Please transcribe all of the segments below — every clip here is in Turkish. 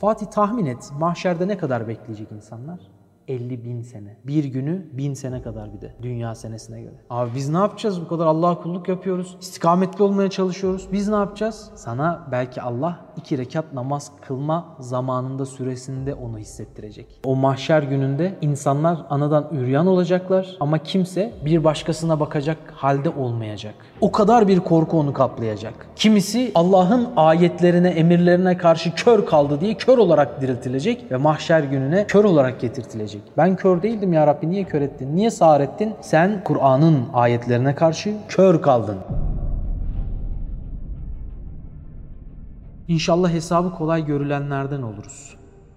Fatih, tahmin et, mahşerde ne kadar bekleyecek insanlar? 50.000 sene. Bir günü 1000 sene kadar bir de. Dünya senesine göre. Abi biz ne yapacağız? Bu kadar Allah'a kulluk yapıyoruz. İstikametli olmaya çalışıyoruz. Biz ne yapacağız? Sana belki Allah 2 rekat namaz kılma zamanında, süresinde onu hissettirecek. O mahşer gününde insanlar anadan üryan olacaklar ama kimse bir başkasına bakacak halde olmayacak. O kadar bir korku onu kaplayacak. Kimisi Allah'ın ayetlerine, emirlerine karşı kör kaldı diye kör olarak diriltilecek ve mahşer gününe kör olarak getirtilecek. Ben kör değildim ya Rabbi, niye kör ettin? Niye sağır ettin? Sen Kur'an'ın ayetlerine karşı kör kaldın. İnşallah hesabı kolay görülenlerden oluruz.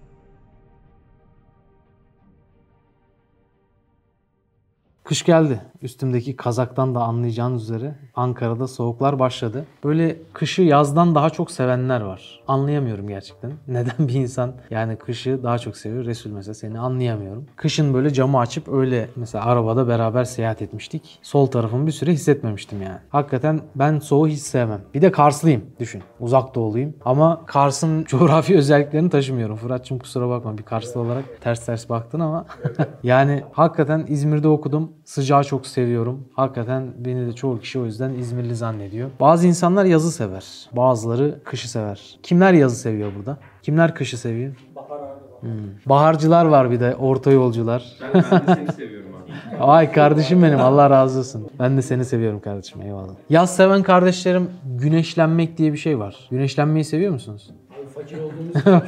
Kış geldi. Üstümdeki kazaktan da anlayacağınız üzere Ankara'da soğuklar başladı. Böyle kışı yazdan daha çok sevenler var. Anlayamıyorum gerçekten. Neden bir insan yani kışı daha çok seviyor? Resul mesela, seni anlayamıyorum. Kışın böyle camı açıp öyle mesela arabada beraber seyahat etmiştik. Sol tarafımı bir süre hissetmemiştim yani. Hakikaten ben soğuğu hiç sevmem. Bir de Karslıyım düşün. Uzak doğuluyum. Ama Kars'ın coğrafi özelliklerini taşımıyorum. Fırat'cığım kusura bakma, bir Karslı olarak ters baktın ama yani hakikaten İzmir'de okudum. Sıcağı çok seviyorum. Hakikaten beni de çoğu kişi o yüzden İzmirli zannediyor. Bazı insanlar yazı sever. Bazıları kışı sever. Kimler yazı seviyor burada? Kimler kışı seviyor? Bahar abi. Baharcılar var bir de, orta yolcular. Ben de seni seviyorum abi. Ay kardeşim benim, Allah razı olsun. Ben de seni seviyorum kardeşim, eyvallah. Yaz seven kardeşlerim, güneşlenmek diye bir şey var. Güneşlenmeyi seviyor musunuz? Fakir olduğumuz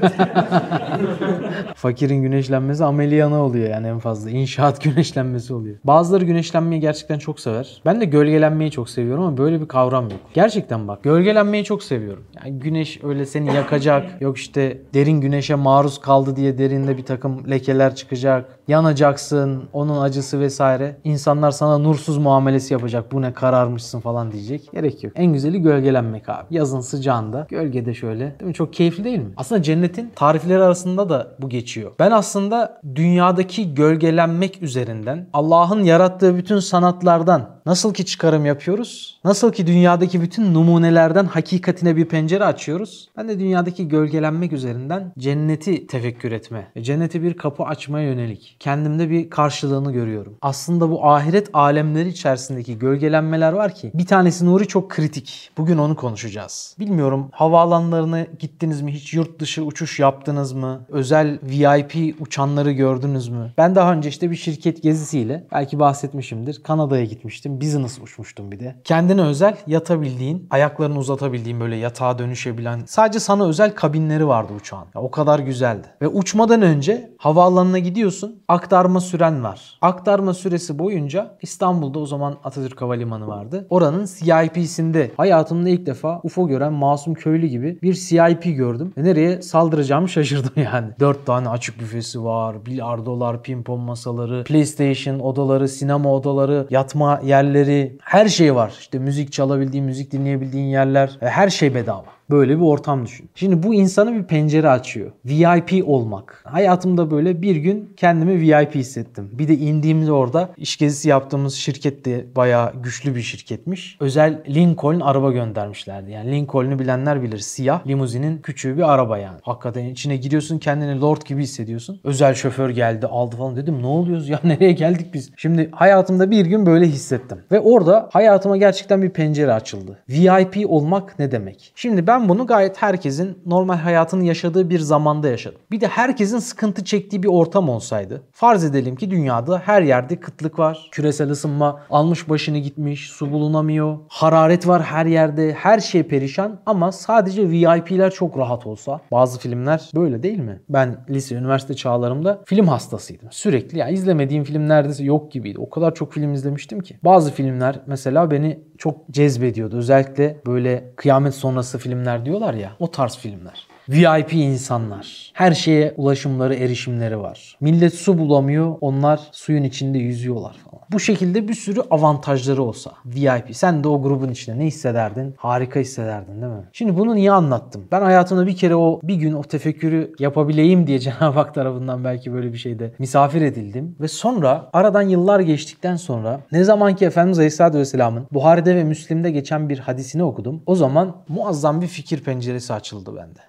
Fakirin güneşlenmesi ameliyana oluyor yani en fazla. İnşaat güneşlenmesi oluyor. Bazıları güneşlenmeyi gerçekten çok sever. Ben de gölgelenmeyi çok seviyorum ama böyle bir kavram yok. Gerçekten bak, gölgelenmeyi çok seviyorum. Yani güneş öyle seni yakacak. Yok işte derin güneşe maruz kaldı diye derinde bir takım lekeler çıkacak. Yanacaksın, onun acısı vesaire. İnsanlar sana nursuz muamelesi yapacak. Bu ne, kararmışsın falan diyecek. Gerek yok. En güzeli gölgelenmek abi. Yazın sıcağında gölgede şöyle. Değil mi? Çok keyifli değil mi? Aslında cennetin tarifleri arasında da bu geçiyor. Ben aslında dünyadaki gölgelenmek üzerinden Allah'ın yarattığı bütün sanatlardan nasıl ki çıkarım yapıyoruz, nasıl ki dünyadaki bütün numunelerden hakikatine bir pencere açıyoruz, ben de dünyadaki gölgelenmek üzerinden cenneti tefekkür etme ve cennete bir kapı açmaya yönelik kendimde bir karşılığını görüyorum. Aslında bu ahiret alemleri içerisindeki gölgelenmeler var ki, bir tanesi Nuri çok kritik. Bugün onu konuşacağız. Bilmiyorum, havaalanlarına gittiniz mi? Hiç yurt dışı uçuş yaptınız mı? Özel VIP uçanları gördünüz mü? Ben daha önce işte bir şirket gezisiyle, belki bahsetmişimdir, Kanada'ya gitmiştim. Business uçmuştum bir de. Kendine özel yatabildiğin, ayaklarını uzatabildiğin, böyle yatağa dönüşebilen, sadece sana özel kabinleri vardı uçağın. Ya, o kadar güzeldi. Ve uçmadan önce havaalanına gidiyorsun. Aktarma süren var. Aktarma süresi boyunca İstanbul'da o zaman Atatürk Havalimanı vardı. Oranın CIP'sinde hayatımda ilk defa UFO gören masum köylü gibi bir CIP gördüm. Ve nereye saldıracağımı şaşırdım yani. 4 tane açık büfesi var. Bilardolar, pimpon masaları, PlayStation odaları, sinema odaları, yatma yerleri, her şey var. İşte müzik çalabildiğin, müzik dinleyebildiğin yerler. Her şey bedava. Böyle bir ortam düşün. Şimdi bu insana bir pencere açıyor. VIP olmak. Hayatımda böyle bir gün kendimi VIP hissettim. Bir de indiğimde orada iş gezisi yaptığımız şirket de bayağı güçlü bir şirketmiş. Özel Lincoln araba göndermişlerdi. Yani Lincoln'u bilenler bilir. Siyah limuzinin küçüğü bir araba yani. Hakikaten içine giriyorsun, kendini lord gibi hissediyorsun. Özel şoför geldi, aldı falan, dedim ne oluyoruz ya, nereye geldik biz? Şimdi hayatımda bir gün böyle hissettim. Ve orada hayatıma gerçekten bir pencere açıldı. VIP olmak ne demek? Şimdi ben bunu gayet herkesin normal hayatını yaşadığı bir zamanda yaşadım. Bir de herkesin sıkıntı çektiği bir ortam olsaydı. Farz edelim ki dünyada her yerde kıtlık var. Küresel ısınma almış başını gitmiş. Su bulunamıyor. Hararet var her yerde. Her şey perişan ama sadece VIP'ler çok rahat olsa. Bazı filmler böyle değil mi? Ben lise, üniversite çağlarımda film hastasıydım. Sürekli yani izlemediğim film neredeyse yok gibiydi. O kadar çok film izlemiştim ki. Bazı filmler mesela beni çok cezbediyordu. Özellikle böyle kıyamet sonrası filmler diyorlar ya, o tarz filmler. VIP insanlar. Her şeye ulaşımları, erişimleri var. Millet su bulamıyor, onlar suyun içinde yüzüyorlar falan. Bu şekilde bir sürü avantajları olsa VIP. Sen de o grubun içinde ne hissederdin? Harika hissederdin değil mi? Şimdi bunu niye anlattım? Ben hayatımda bir kere bir gün o tefekkürü yapabileyim diye Cenab-ı Hak tarafından belki böyle bir şeyde misafir edildim. Ve sonra aradan yıllar geçtikten sonra ne zaman ki Efendimiz Aleyhisselatü Vesselam'ın Buhari'de ve Müslim'de geçen bir hadisini okudum. O zaman muazzam bir fikir penceresi açıldı bende.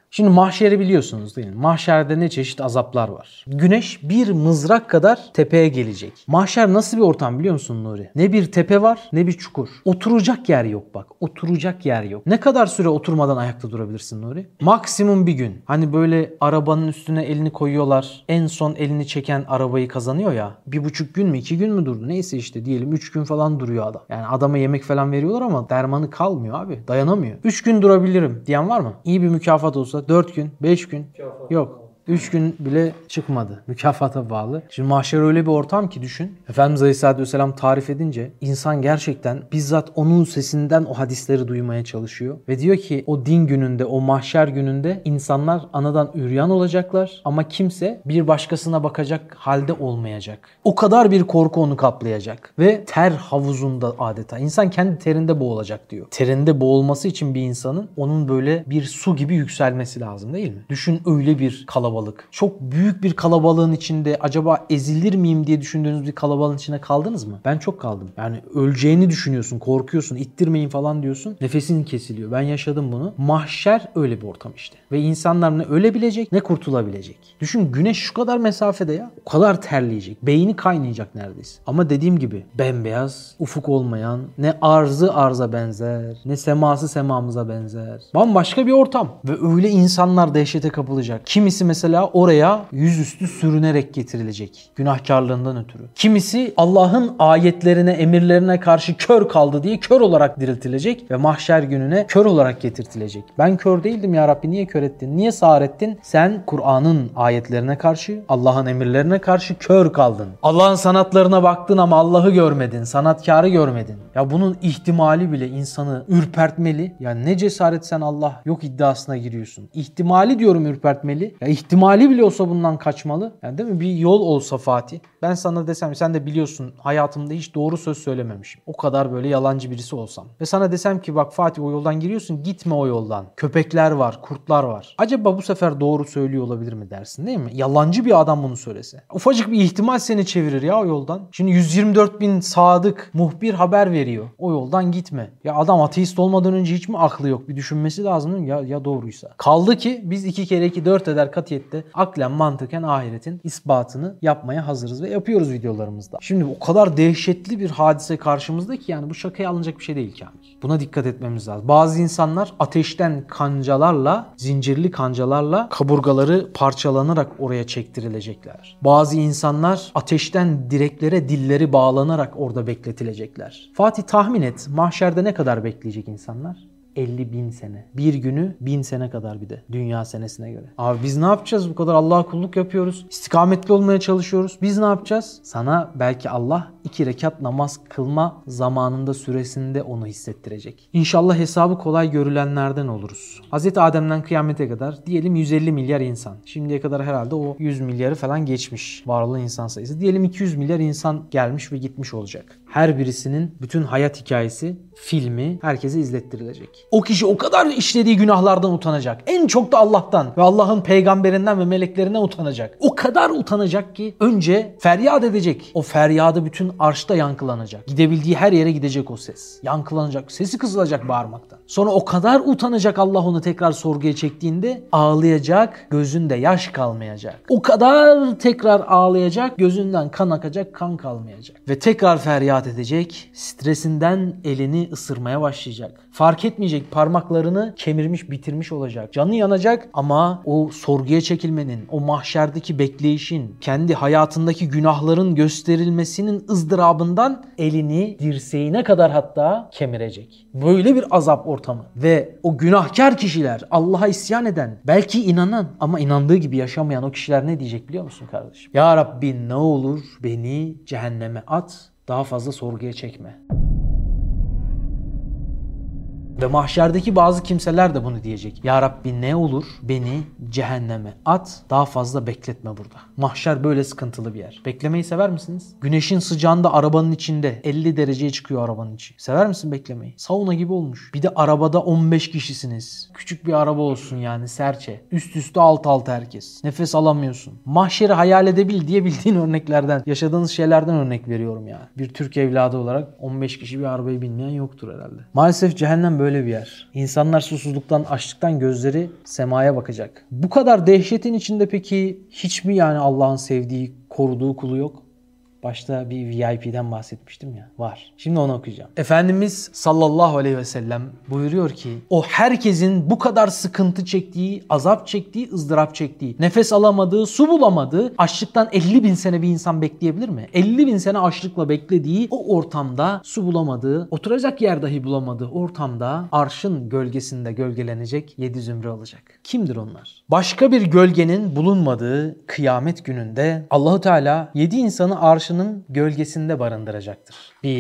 Şimdi mahşeri biliyorsunuz değil mi? Mahşerde ne çeşit azaplar var. Güneş bir mızrak kadar tepeye gelecek. Mahşer nasıl bir ortam biliyor musun Nuri? Ne bir tepe var ne bir çukur. Oturacak yer yok bak. Oturacak yer yok. Ne kadar süre oturmadan ayakta durabilirsin Nuri? Maksimum bir gün. Hani böyle arabanın üstüne elini koyuyorlar. En son elini çeken arabayı kazanıyor ya. 1,5 gün mü 2 gün mü durdu? Neyse işte diyelim 3 gün falan duruyor adam. Yani adama yemek falan veriyorlar ama dermanı kalmıyor abi. Dayanamıyor. 3 gün durabilirim diyen var mı? İyi bir mükafat olsa 4 gün, 5 gün. Yok. 3 gün bile çıkmadı. Mükafata bağlı. Şimdi mahşer öyle bir ortam ki düşün. Efendimiz Aleyhisselatü Vesselam tarif edince insan gerçekten bizzat onun sesinden o hadisleri duymaya çalışıyor. Ve diyor ki o din gününde, o mahşer gününde insanlar anadan üryan olacaklar ama kimse bir başkasına bakacak halde olmayacak. O kadar bir korku onu kaplayacak. Ve ter havuzunda adeta. İnsan kendi terinde boğulacak diyor. Terinde boğulması için bir insanın onun böyle bir su gibi yükselmesi lazım değil mi? Düşün öyle bir kalabalık. Çok büyük bir kalabalığın içinde acaba ezilir miyim diye düşündüğünüz bir kalabalığın içine kaldınız mı? Ben çok kaldım. Yani öleceğini düşünüyorsun, korkuyorsun, ittirmeyin falan diyorsun. Nefesin kesiliyor. Ben yaşadım bunu. Mahşer öyle bir ortam işte. Ve insanlar ne ölebilecek ne kurtulabilecek. Düşün güneş şu kadar mesafede ya. O kadar terleyecek. Beyni kaynayacak neredeyse. Ama dediğim gibi bembeyaz, ufuk olmayan, ne arzı arza benzer, ne seması semamıza benzer. Bambaşka bir ortam. Ve öyle insanlar dehşete kapılacak. Kimisi mesela oraya yüzüstü sürünerek getirilecek. Günahkarlığından ötürü. Kimisi Allah'ın ayetlerine, emirlerine karşı kör kaldı diye kör olarak diriltilecek ve mahşer gününe kör olarak getirtilecek. Ben kör değildim ya Rabbi, niye kör ettin? Niye sağır ettin? Sen Kur'an'ın ayetlerine karşı, Allah'ın emirlerine karşı kör kaldın. Allah'ın sanatlarına baktın ama Allah'ı görmedin. Sanatkarı görmedin. Ya bunun ihtimali bile insanı ürpertmeli. Ya ne cesaret sen Allah yok iddiasına giriyorsun. İhtimali diyorum ürpertmeli. Ya ihtimali bile olsa bundan kaçmalı. Yani değil mi? Bir yol olsa Fatih. Ben sana desem sen de biliyorsun hayatımda hiç doğru söz söylememişim. O kadar böyle yalancı birisi olsam. Ve sana desem ki bak Fatih o yoldan giriyorsun, gitme o yoldan. Köpekler var, kurtlar var. Acaba bu sefer doğru söylüyor olabilir mi dersin değil mi? Yalancı bir adam bunu söylese. Ufacık bir ihtimal seni çevirir ya o yoldan. Şimdi 124 bin sadık muhbir haber veriyor. O yoldan gitme. Ya adam ateist olmadan önce hiç mi aklı yok? Bir düşünmesi lazım değil mi? Ya doğruysa. Kaldı ki biz 2 kere 2 4 eder katiyette aklen mantıken ahiretin ispatını yapmaya hazırız ve yapıyoruz videolarımızda. Şimdi o kadar dehşetli bir hadise karşımızda ki yani bu şakaya alınacak bir şey değil Kamil. Buna dikkat etmemiz lazım. Bazı insanlar ateşten kancalarla, zincirli kancalarla kaburgaları parçalanarak oraya çektirilecekler. Bazı insanlar ateşten direklere dilleri bağlanarak orada bekletilecekler. Fatih tahmin et, mahşerde ne kadar bekleyecek insanlar? 50.000 sene. Bir günü 1000 sene kadar bir de. Dünya senesine göre. Abi biz ne yapacağız? Bu kadar Allah'a kulluk yapıyoruz. İstikametli olmaya çalışıyoruz. Biz ne yapacağız? Sana belki Allah 2 rekat namaz kılma zamanında süresinde onu hissettirecek. İnşallah hesabı kolay görülenlerden oluruz. Hz. Adem'den kıyamete kadar diyelim 150 milyar insan. Şimdiye kadar herhalde o 100 milyarı falan geçmiş var olan insan sayısı. Diyelim 200 milyar insan gelmiş ve gitmiş olacak. Her birisinin bütün hayat hikayesi, filmi herkese izlettirilecek. O kişi o kadar işlediği günahlardan utanacak. En çok da Allah'tan ve Allah'ın peygamberinden ve meleklerinden utanacak. O kadar utanacak ki önce feryat edecek. O feryadı bütün arşta yankılanacak. Gidebildiği her yere gidecek o ses. Yankılanacak. Sesi kısılacak bağırmaktan. Sonra o kadar utanacak Allah onu tekrar sorguya çektiğinde ağlayacak. Gözünde yaş kalmayacak. O kadar tekrar ağlayacak. Gözünden kan akacak. Kan kalmayacak. Ve tekrar feryat edecek. Stresinden elini ısırmaya başlayacak. Fark etmeyecek, parmaklarını kemirmiş, bitirmiş olacak. Canı yanacak ama o sorguya çekilmenin, o mahşerdeki bekleyişin, kendi hayatındaki günahların gösterilmesinin ızdırabından elini dirseğine kadar hatta kemirecek. Böyle bir azap ortamı. Ve o günahkar kişiler, Allah'a isyan eden, belki inanan ama inandığı gibi yaşamayan o kişiler ne diyecek biliyor musun kardeşim? Ya Rabbi ne olur beni cehenneme at, daha fazla sorguya çekme. Ve mahşerdeki bazı kimseler de bunu diyecek. Ya Rabbi ne olur beni cehenneme at, daha fazla bekletme burada. Mahşer böyle sıkıntılı bir yer. Beklemeyi sever misiniz? Güneşin sıcağında arabanın içinde 50 dereceye çıkıyor arabanın içi. Sever misin beklemeyi? Sauna gibi olmuş. Bir de arabada 15 kişisiniz. Küçük bir araba olsun yani serçe. Üst üste alt alta herkes. Nefes alamıyorsun. Mahşeri hayal edebil diye bildiğin örneklerden, yaşadığınız şeylerden örnek veriyorum yani. Bir Türk evladı olarak 15 kişi bir arabayı bilmeyen yoktur herhalde. Maalesef cehennem böyle böyle bir yer. İnsanlar susuzluktan, açlıktan gözleri semaya bakacak. Bu kadar dehşetin içinde peki hiç mi yani Allah'ın sevdiği, koruduğu kulu yok? Başta bir VIP'den bahsetmiştim ya. Var. Şimdi onu okuyacağım. Efendimiz sallallahu aleyhi ve sellem buyuruyor ki o herkesin bu kadar sıkıntı çektiği, azap çektiği, ızdırap çektiği, nefes alamadığı, su bulamadığı, açlıktan 50.000 sene bir insan bekleyebilir mi? 50.000 sene açlıkla beklediği o ortamda su bulamadığı, oturacak yer dahi bulamadığı ortamda arşın gölgesinde gölgelenecek 7 zümre olacak. Kimdir onlar? Başka bir gölgenin bulunmadığı kıyamet gününde Allahu Teala 7 insanı arşın gölgesinde barındıracaktır.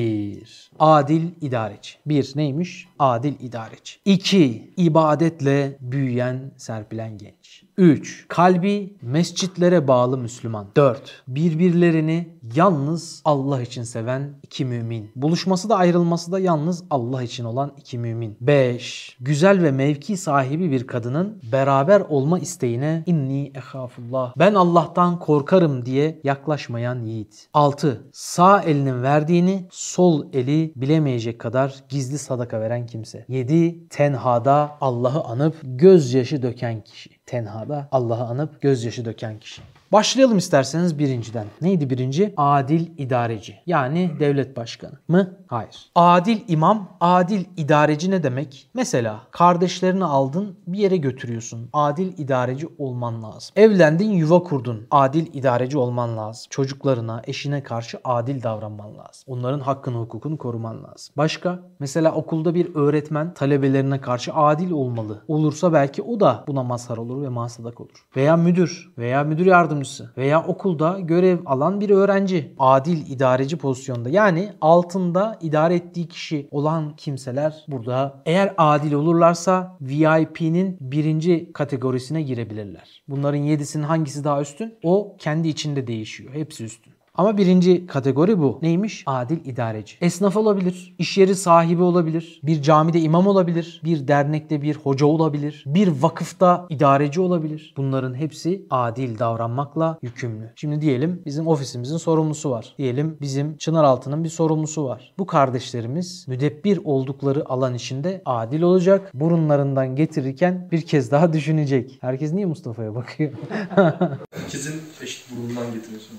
1. Adil idareci. 1. Neymiş? Adil idareci. 2. İbadetle büyüyen, serpilen genç. 3. Kalbi mescitlere bağlı Müslüman. 4. Birbirlerini yalnız Allah için seven 2 mümin. Buluşması da ayrılması da yalnız Allah için olan 2 mümin. 5. Güzel ve mevki sahibi bir kadının beraber olma isteğine inni ehafullah, ben Allah'tan korkarım diye yaklaşmayan yiğit. 6. Sağ elinin verdiğini sol eli bilemeyecek kadar gizli sadaka veren kimse. 7. Tenhada Allah'ı anıp gözyaşı döken kişi. Tenhada Allah'ı anıp gözyaşı döken kişi. Başlayalım isterseniz birinciden. Neydi birinci? Adil idareci. Yani devlet başkanı mı? Hayır. Adil imam, adil idareci ne demek? Mesela kardeşlerini aldın, bir yere götürüyorsun. Adil idareci olman lazım. Evlendin, yuva kurdun. Adil idareci olman lazım. Çocuklarına, eşine karşı adil davranman lazım. Onların hakkını, hukukunu koruman lazım. Başka? Mesela okulda bir öğretmen talebelerine karşı adil olmalı. Olursa belki o da buna mazhar olur ve masladak olur. Veya müdür veya müdür yardımcısı veya okulda görev alan bir öğrenci adil idareci pozisyonda, yani altında idare ettiği kişi olan kimseler burada eğer adil olurlarsa VIP'nin birinci kategorisine girebilirler. Bunların 7'sinin hangisi daha üstün? O kendi içinde değişiyor. Hepsi üstün. Ama birinci kategori bu. Neymiş? Adil idareci. Esnaf olabilir, iş yeri sahibi olabilir, bir camide imam olabilir, bir dernekte bir hoca olabilir, bir vakıfta idareci olabilir. Bunların hepsi adil davranmakla yükümlü. Şimdi diyelim bizim ofisimizin sorumlusu var. Diyelim bizim Çınaraltı'nın bir sorumlusu var. Bu kardeşlerimiz müdebbir oldukları alan içinde adil olacak. Burunlarından getirirken bir kez daha düşünecek. Herkes niye Mustafa'ya bakıyor? Herkesin eşit burundan getiriyorsun.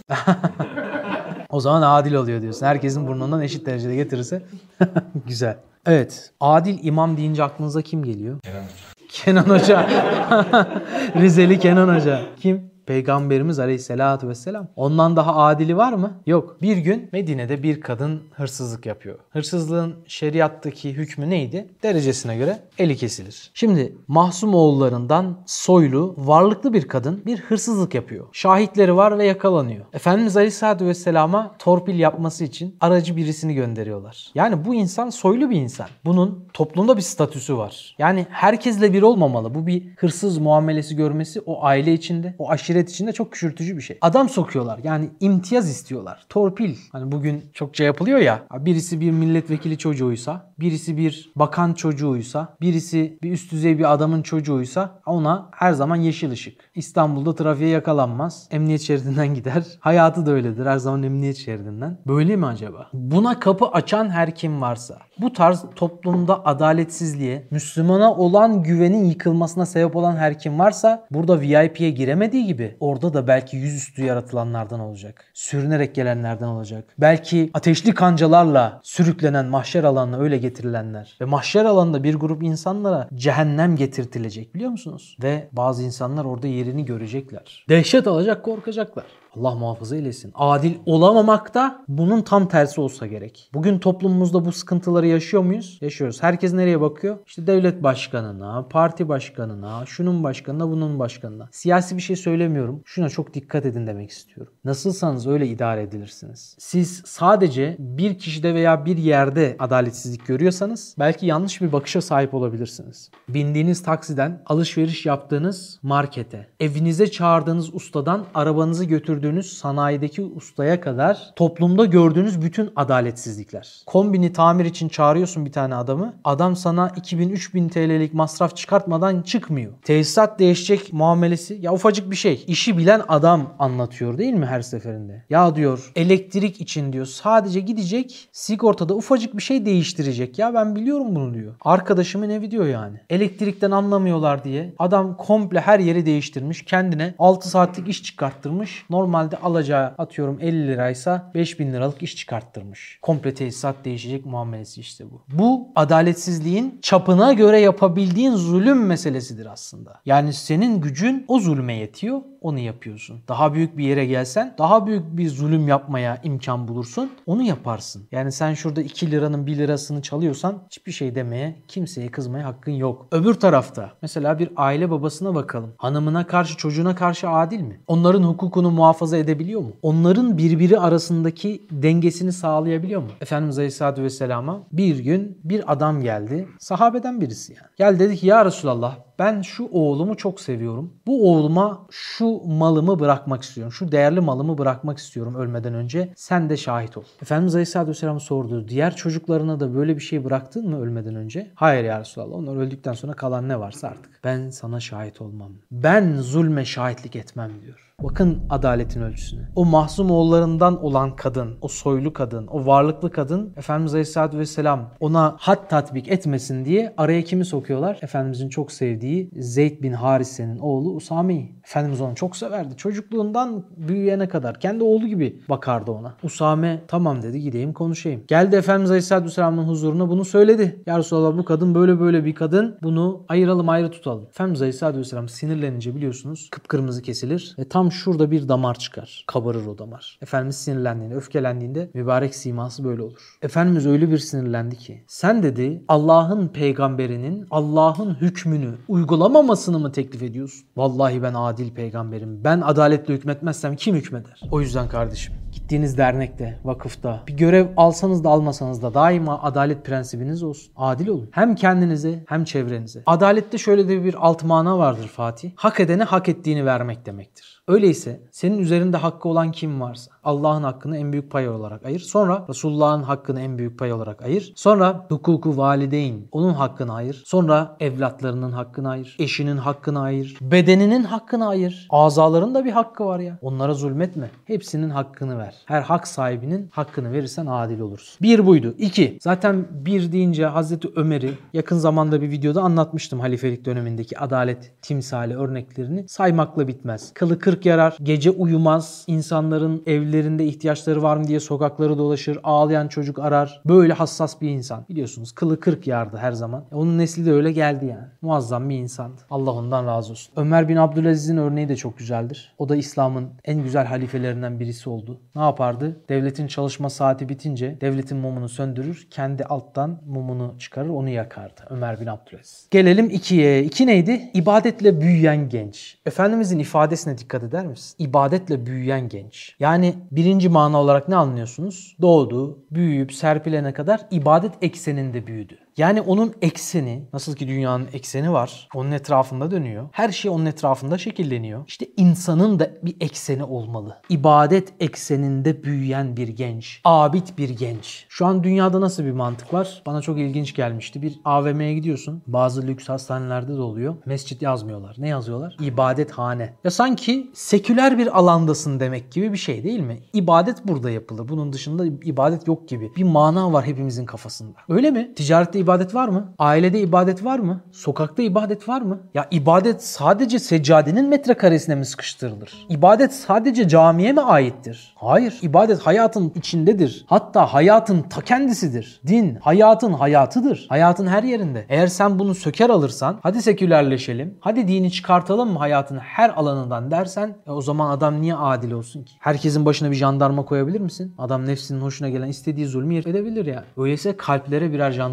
O zaman adil oluyor diyorsun. Herkesin burnundan eşit derecede getirirse güzel. Evet. Adil imam deyince aklınıza kim geliyor? Kenan Hoca. Rizeli Kenan Hoca. Kim? Peygamberimiz Aleyhisselatü Vesselam. Ondan daha adili var mı? Yok. Bir gün Medine'de bir kadın hırsızlık yapıyor. Hırsızlığın şeriattaki hükmü neydi? Derecesine göre eli kesilir. Şimdi Mahsum oğullarından soylu, varlıklı bir kadın bir hırsızlık yapıyor. Şahitleri var ve yakalanıyor. Efendimiz Aleyhisselatü Vesselam'a torpil yapması için aracı birisini gönderiyorlar. Yani bu insan soylu bir insan. Bunun toplumda bir statüsü var. Yani herkesle bir olmamalı. Bu bir hırsız muamelesi görmesi o aile içinde, o aşiret içinde çok küçültücü bir şey. Adam sokuyorlar. Yani imtiyaz istiyorlar. Torpil. Hani bugün çokça yapılıyor ya. Birisi bir milletvekili çocuğuysa, birisi bir bakan çocuğuysa, birisi bir üst düzey bir adamın çocuğuysa ona her zaman yeşil ışık. İstanbul'da trafiğe yakalanmaz. Emniyet şeridinden gider. Hayatı da öyledir. Her zaman emniyet şeridinden. Böyle mi acaba? Buna kapı açan her kim varsa, bu tarz toplumda adaletsizliğe, Müslümana olan güvenin yıkılmasına sebep olan her kim varsa burada VIP'ye giremediği gibi orada da belki yüzüstü yaratılanlardan olacak. Sürünerek gelenlerden olacak. Belki ateşli kancalarla sürüklenen mahşer alanına öyle getirilenler. Ve mahşer alanında bir grup insanlara cehennem getirtilecek, biliyor musunuz? Ve bazı insanlar orada yerini görecekler. Dehşet alacak, korkacaklar. Allah muhafaza eylesin. Adil olamamak da bunun tam tersi olsa gerek. Bugün toplumumuzda bu sıkıntıları yaşıyor muyuz? Yaşıyoruz. Herkes nereye bakıyor? İşte devlet başkanına, parti başkanına, şunun başkanına, bunun başkanına. Siyasi bir şey söylemiyorum. Şuna çok dikkat edin demek istiyorum. Nasılsanız öyle idare edilirsiniz. Siz sadece bir kişide veya bir yerde adaletsizlik görüyorsanız belki yanlış bir bakışa sahip olabilirsiniz. Bindiğiniz taksiden alışveriş yaptığınız markete, evinize çağırdığınız ustadan arabanızı götürdüğünüz götürdüğünüz sanayideki ustaya kadar toplumda gördüğünüz bütün adaletsizlikler. Kombini tamir için çağırıyorsun bir tane adamı. Adam sana 2000-3000 TL'lik masraf çıkartmadan çıkmıyor. Tesisat değişecek muamelesi. Ya ufacık bir şey. İşi bilen adam anlatıyor değil mi her seferinde? Ya diyor elektrik için diyor sadece gidecek sigortada ufacık bir şey değiştirecek. Ya ben biliyorum bunu diyor. Arkadaşımın evi diyor yani. Elektrikten anlamıyorlar diye adam komple her yeri değiştirmiş. Kendine 6 saatlik iş çıkarttırmış. Normalde alacağı atıyorum 50 liraysa 5000 liralık iş çıkarttırmış. Komple tesisat değişecek muamelesi işte bu. Bu adaletsizliğin çapına göre yapabildiğin zulüm meselesidir aslında. Yani senin gücün o zulme yetiyor. Onu yapıyorsun. Daha büyük bir yere gelsen daha büyük bir zulüm yapmaya imkan bulursun. Onu yaparsın. Yani sen şurada 2 liranın 1 lirasını çalıyorsan hiçbir şey demeye, kimseye kızmaya hakkın yok. Öbür tarafta mesela bir aile babasına bakalım. Hanımına karşı, çocuğuna karşı adil mi? Onların hukukunu muhafaza edebiliyor mu? Onların birbiri arasındaki dengesini sağlayabiliyor mu? Efendimiz Aleyhisselatü Vesselam'a bir gün bir adam geldi. Sahabeden birisi yani. Gel dedi ki ya Resulallah ben şu oğlumu çok seviyorum. Bu oğluma şu malımı bırakmak istiyorum. Şu değerli malımı bırakmak istiyorum ölmeden önce. Sen de şahit ol. Efendimiz Aleyhisselatü Vesselam sordu. Diğer çocuklarına da böyle bir şey bıraktın mı ölmeden önce? Hayır ya Resulallah. Onlar öldükten sonra kalan ne varsa artık. Ben sana şahit olmam. Ben zulme şahitlik etmem diyor. Bakın adaletin ölçüsüne. O mahzum oğullarından olan kadın, o soylu kadın, o varlıklı kadın Efendimiz Aleyhisselatü Vesselam ona had tatbik etmesin diye araya kimi sokuyorlar? Efendimizin çok sevdiği Zeyd bin Harise'nin oğlu Usame'yi. Efendimiz onu çok severdi. Çocukluğundan büyüyene kadar kendi oğlu gibi bakardı ona. Usame tamam dedi gideyim konuşayım. Geldi Efendimiz Aleyhisselatü Vesselam'ın huzuruna bunu söyledi. Ya Resulallah bu kadın böyle böyle bir kadın. Bunu ayıralım ayrı tutalım. Efendimiz Aleyhisselatü Vesselam sinirlenince biliyorsunuz kıpkırmızı kesilir ve tam şurada bir damar çıkar. Kabarır o damar. Efendimiz sinirlendiğinde, öfkelendiğinde mübarek siması böyle olur. Efendimiz öyle bir sinirlendi ki sen dedi Allah'ın peygamberinin Allah'ın hükmünü uygulamamasını mı teklif ediyorsun? Vallahi ben adil peygamberim. Ben adaletle hükmetmezsem kim hükmeder? O yüzden kardeşim gittiğiniz dernekte, vakıfta bir görev alsanız da almasanız da daima adalet prensibiniz olsun. Adil olun. Hem kendinize hem çevrenize. Adalette şöyle de bir alt mana vardır Fatih. Hak edene hak ettiğini vermek demektir. Öyleyse senin üzerinde hakkı olan kim varsa Allah'ın hakkını en büyük pay olarak ayır. Sonra Resulullah'ın hakkını en büyük pay olarak ayır. Sonra hukuku valideyn onun hakkını ayır. Sonra evlatlarının hakkını ayır. Eşinin hakkını ayır. Bedeninin hakkını ayır. Azaların da bir hakkı var ya. Onlara zulmetme. Hepsinin hakkını ver. Her hak sahibinin hakkını verirsen adil olursun. Bir buydu. İki. Zaten bir deyince Hazreti Ömer'i yakın zamanda bir videoda anlatmıştım halifelik dönemindeki adalet timsali örneklerini. Saymakla bitmez. Kılı kırk yarar. Gece uyumaz. İnsanların evlerinde ihtiyaçları var mı diye sokakları dolaşır. Ağlayan çocuk arar. Böyle hassas bir insan. Biliyorsunuz kılı kırk yardı her zaman. Onun nesli de öyle geldi yani. Muazzam bir insandı. Allah ondan razı olsun. Ömer bin Abdülaziz'in örneği de çok güzeldir. O da İslam'ın en güzel halifelerinden birisi oldu. Ne yapardı? Devletin çalışma saati bitince devletin mumunu söndürür. Kendi alttan mumunu çıkarır onu yakardı. Ömer bin Abdülaziz. Gelelim ikiye. İki neydi? İbadetle büyüyen genç. Efendimizin ifadesine dikkat eder misin? İbadetle büyüyen genç. Yani birinci mana olarak ne anlıyorsunuz? Doğdu, büyüyüp serpilene kadar ibadet ekseninde büyüdü. Yani onun ekseni, nasıl ki dünyanın ekseni var, onun etrafında dönüyor. Her şey onun etrafında şekilleniyor. İşte insanın da bir ekseni olmalı. İbadet ekseninde büyüyen bir genç, abid bir genç. Şu an dünyada nasıl bir mantık var? Bana çok ilginç gelmişti. Bir AVM'ye gidiyorsun. Bazı lüks hastanelerde de oluyor. Mescit yazmıyorlar. Ne yazıyorlar? İbadethane. Ya sanki seküler bir alandasın demek gibi bir şey değil mi? İbadet burada yapılır. Bunun dışında ibadet yok gibi. Bir mana var hepimizin kafasında. Öyle mi? Ticarette ibadet var mı? Ailede ibadet var mı? Sokakta ibadet var mı? Ya ibadet sadece seccadenin metrekaresine mi sıkıştırılır? İbadet sadece camiye mi aittir? Hayır. İbadet hayatın içindedir. Hatta hayatın ta kendisidir. Din hayatın hayatıdır. Hayatın her yerinde. Eğer sen bunu söker alırsan, hadi sekülerleşelim, hadi dini çıkartalım mı hayatın her alanından dersen, o zaman adam niye adil olsun ki? Herkesin başına bir jandarma koyabilir misin? Adam nefsinin hoşuna gelen istediği zulmü edebilir yani. Öyleyse kalplere birer jandarma gibi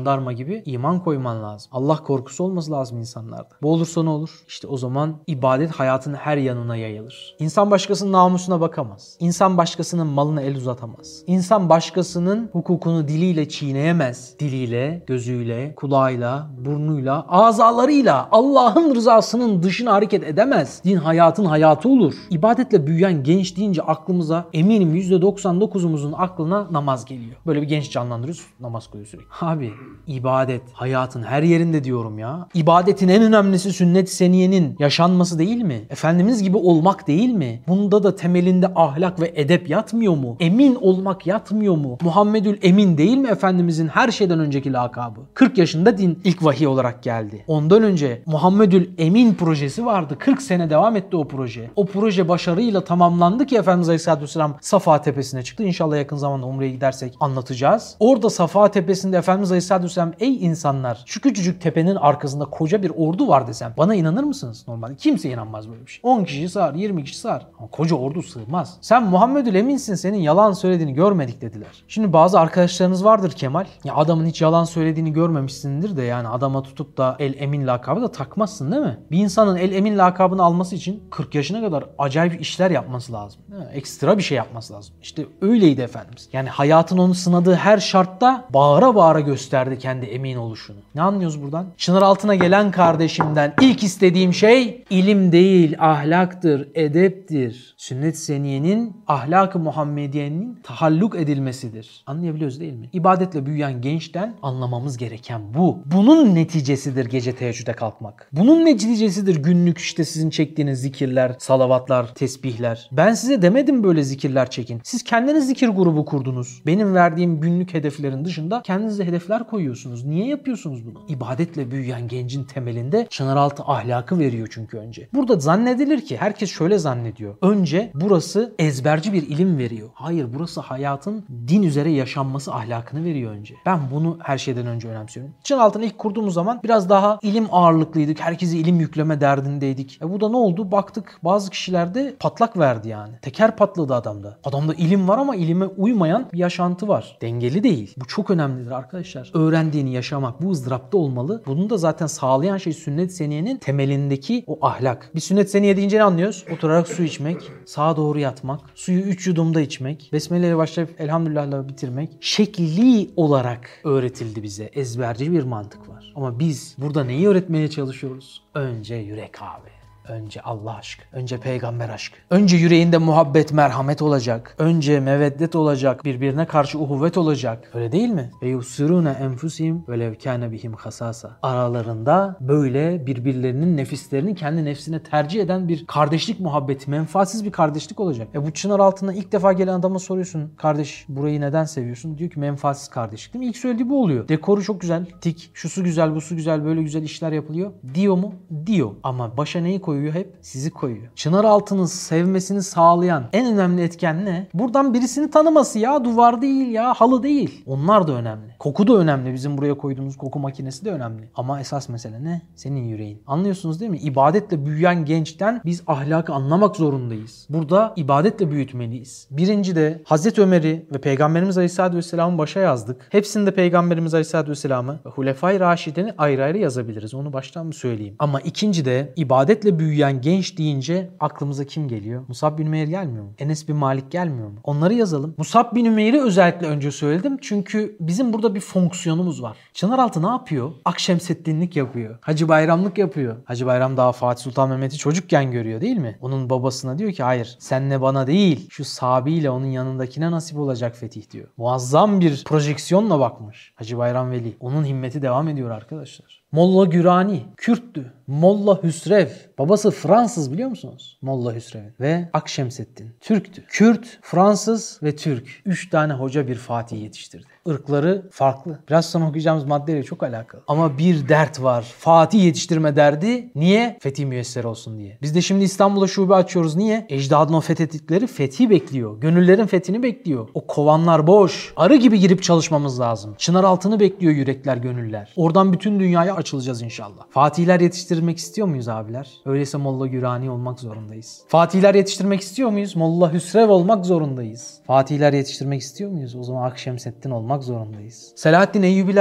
gibi iman koyman lazım. Allah korkusu olması lazım insanlarda. Bu olursa ne olur? İşte o zaman ibadet hayatın her yanına yayılır. İnsan başkasının namusuna bakamaz. İnsan başkasının malına el uzatamaz. İnsan başkasının hukukunu diliyle çiğneyemez. Diliyle, gözüyle, kulağıyla, burnuyla, azalarıyla Allah'ın rızasının dışına hareket edemez. Din hayatın hayatı olur. İbadetle büyüyen genç deyince aklımıza eminim %99'umuzun aklına namaz geliyor. Böyle bir genç canlandırıyoruz, namaz kılıyor sürekli. Abi ibadet hayatın her yerinde diyorum ya. İbadetin en önemlisi sünnet-i seniyenin yaşanması değil mi? Efendimiz gibi olmak değil mi? Bunda da temelinde ahlak ve edep yatmıyor mu? Emin olmak yatmıyor mu? Muhammedül Emin değil mi Efendimizin her şeyden önceki lakabı? 40 yaşında din ilk vahiy olarak geldi. Ondan önce Muhammedül Emin projesi vardı. 40 sene devam etti o proje. O proje başarıyla tamamlandı ki Efendimiz Aleyhisselatü Vesselam Safa Tepesi'ne çıktı. İnşallah yakın zamanda Umre'ye gidersek anlatacağız. Orada Safa Tepesi'nde Efendimiz Aleyhisselatü Vesselam ey insanlar şu küçücük tepenin arkasında koca bir ordu var desem bana inanır mısınız normalde? Kimse inanmaz böyle bir şey. 10 kişi sığar, 20 kişi sığar. Ama koca ordu sığmaz. Sen Muhammedül Emin'sin, senin yalan söylediğini görmedik dediler. Şimdi bazı arkadaşlarınız vardır Kemal. Ya adamın hiç yalan söylediğini görmemişsindir de yani adama tutup da El Emin lakabı da takmazsın değil mi? Bir insanın El Emin lakabını alması için 40 yaşına kadar acayip işler yapması lazım. Ekstra bir şey yapması lazım. İşte öyleydi Efendimiz. Yani hayatın onu sınadığı her şartta bağıra bağıra gösterdi kendi emin oluşunu. Ne anlıyoruz buradan? Çınar altına gelen kardeşimden ilk istediğim şey ilim değil, ahlaktır, edeptir. Sünnet-i seniyenin, ahlak-ı Muhammediye'nin tahalluk edilmesidir. Anlayabiliyoruz değil mi? İbadetle büyüyen gençten anlamamız gereken bu. Bunun neticesidir gece teheccüde kalkmak. Bunun neticesidir günlük işte sizin çektiğiniz zikirler, salavatlar, tesbihler. Ben size demedim böyle zikirler çekin. Siz kendiniz zikir grubu kurdunuz. Benim verdiğim günlük hedeflerin dışında kendinize hedefler koyuyorsunuz. Niye yapıyorsunuz bunu? İbadetle büyüyen gencin temelinde çınaraltı ahlakı veriyor çünkü önce. Burada zannedilir ki herkes şöyle zannediyor. Önce burası ezberci bir ilim veriyor. Hayır, burası hayatın din üzere yaşanması ahlakını veriyor önce. Ben bunu her şeyden önce önemsiyorum. Çınaraltı'nı ilk kurduğumuz zaman biraz daha ilim ağırlıklıydık. Herkese ilim yükleme derdindeydik. Bu da ne oldu? Baktık bazı kişilerde patlak verdi yani. Teker patladı adamda. Adamda ilim var ama ilime uymayan bir yaşantı var. Dengeli değil. Bu çok önemlidir arkadaşlar. Öğrendiğini yaşamak bu ızdırapta olmalı. Bunu da zaten sağlayan şey sünnet-i seniyenin temelindeki o ahlak. Bir sünnet-i seniye deyince ne anlıyoruz? Oturarak su içmek, sağa doğru yatmak, suyu 3 yudumda içmek, besmeleyle başlayıp elhamdülillahla bitirmek şekli olarak öğretildi bize. Ezberci bir mantık var. Ama biz burada neyi öğretmeye çalışıyoruz? Önce yürek abi. Önce Allah aşkı, önce peygamber aşkı. Önce yüreğinde muhabbet, merhamet olacak. Önce meveddet olacak, birbirine karşı uhuvvet olacak. Öyle değil mi? Ve yusirune enfusihim velev kâne bihim hasasa. Aralarında böyle birbirlerinin nefislerini kendi nefsine tercih eden bir kardeşlik muhabbeti, menfaatsiz bir kardeşlik olacak. Bu çınar altına ilk defa gelen adama soruyorsun. Kardeş burayı neden seviyorsun? Diyor ki menfaatsiz kardeşlik. Değil mi? İlk söylediği bu oluyor. Dekoru çok güzel, tik, şusu güzel, busu güzel, böyle güzel işler yapılıyor. Diyor mu? Diyor. Ama başa neyi koyuyor? Hep sizi koyuyor. Çınar altını sevmesini sağlayan en önemli etken ne? Buradan birisini tanıması ya. Duvar değil ya. Halı değil. Onlar da önemli. Koku da önemli. Bizim buraya koyduğumuz koku makinesi de önemli. Ama esas mesele ne? Senin yüreğin. Anlıyorsunuz değil mi? İbadetle büyüyen gençten biz ahlakı anlamak zorundayız. Burada ibadetle büyütmeliyiz. Birinci de Hazreti Ömer'i ve Peygamberimiz Aleyhisselatü Vesselam'ı başa yazdık. Hepsinde Peygamberimiz Aleyhisselatü Vesselam'ı ve Hulefai Raşideni ayrı ayrı yazabiliriz. Onu baştan mı söyleyeyim? Ama ikinci de ibadetle büyüyen genç deyince aklımıza kim geliyor? Musab bin Ümeyr gelmiyor mu? Enes bin Malik gelmiyor mu? Onları yazalım. Musab bin Ümeyr'i özellikle önce söyledim. Çünkü bizim burada bir fonksiyonumuz var. Çınaraltı ne yapıyor? Akşemseddinlik yapıyor. Hacı Bayramlık yapıyor. Hacı Bayram daha Fatih Sultan Mehmet'i çocukken görüyor değil mi? Onun babasına diyor ki hayır senle bana değil şu sahabiyle onun yanındakine nasip olacak fetih diyor. Muazzam bir projeksiyonla bakmış Hacı Bayram Veli. Onun himmeti devam ediyor arkadaşlar. Molla Gürani, Kürttü. Molla Hüsrev, babası Fransız biliyor musunuz? Molla Hüsrev'in. Ve Akşemseddin, Türktü. Kürt, Fransız ve Türk. 3 tane hoca bir Fatih yetiştirdi. Irkları farklı. Biraz sonra okuyacağımız maddeyle çok alakalı. Ama bir dert var. Fatih yetiştirme derdi. Niye? Fetih müyesser olsun diye. Biz de şimdi İstanbul'a şube açıyoruz. Niye? Ecdadın o fethettikleri fethi bekliyor. Gönüllerin fethini bekliyor. O kovanlar boş. Arı gibi girip çalışmamız lazım. Çınar altını bekliyor yürekler, gönüller. Oradan bütün dünyaya açılacağız inşallah. Fatihler yetiştirmek istiyor muyuz abiler? Öyleyse Molla Gürani olmak zorundayız. Fatihler yetiştirmek istiyor muyuz? Molla Hüsrev olmak zorundayız. Fatihler yetiştirmek istiyor muyuz? O zaman Akşemseddin olmak zorundayız. Selahaddin Eyyubiler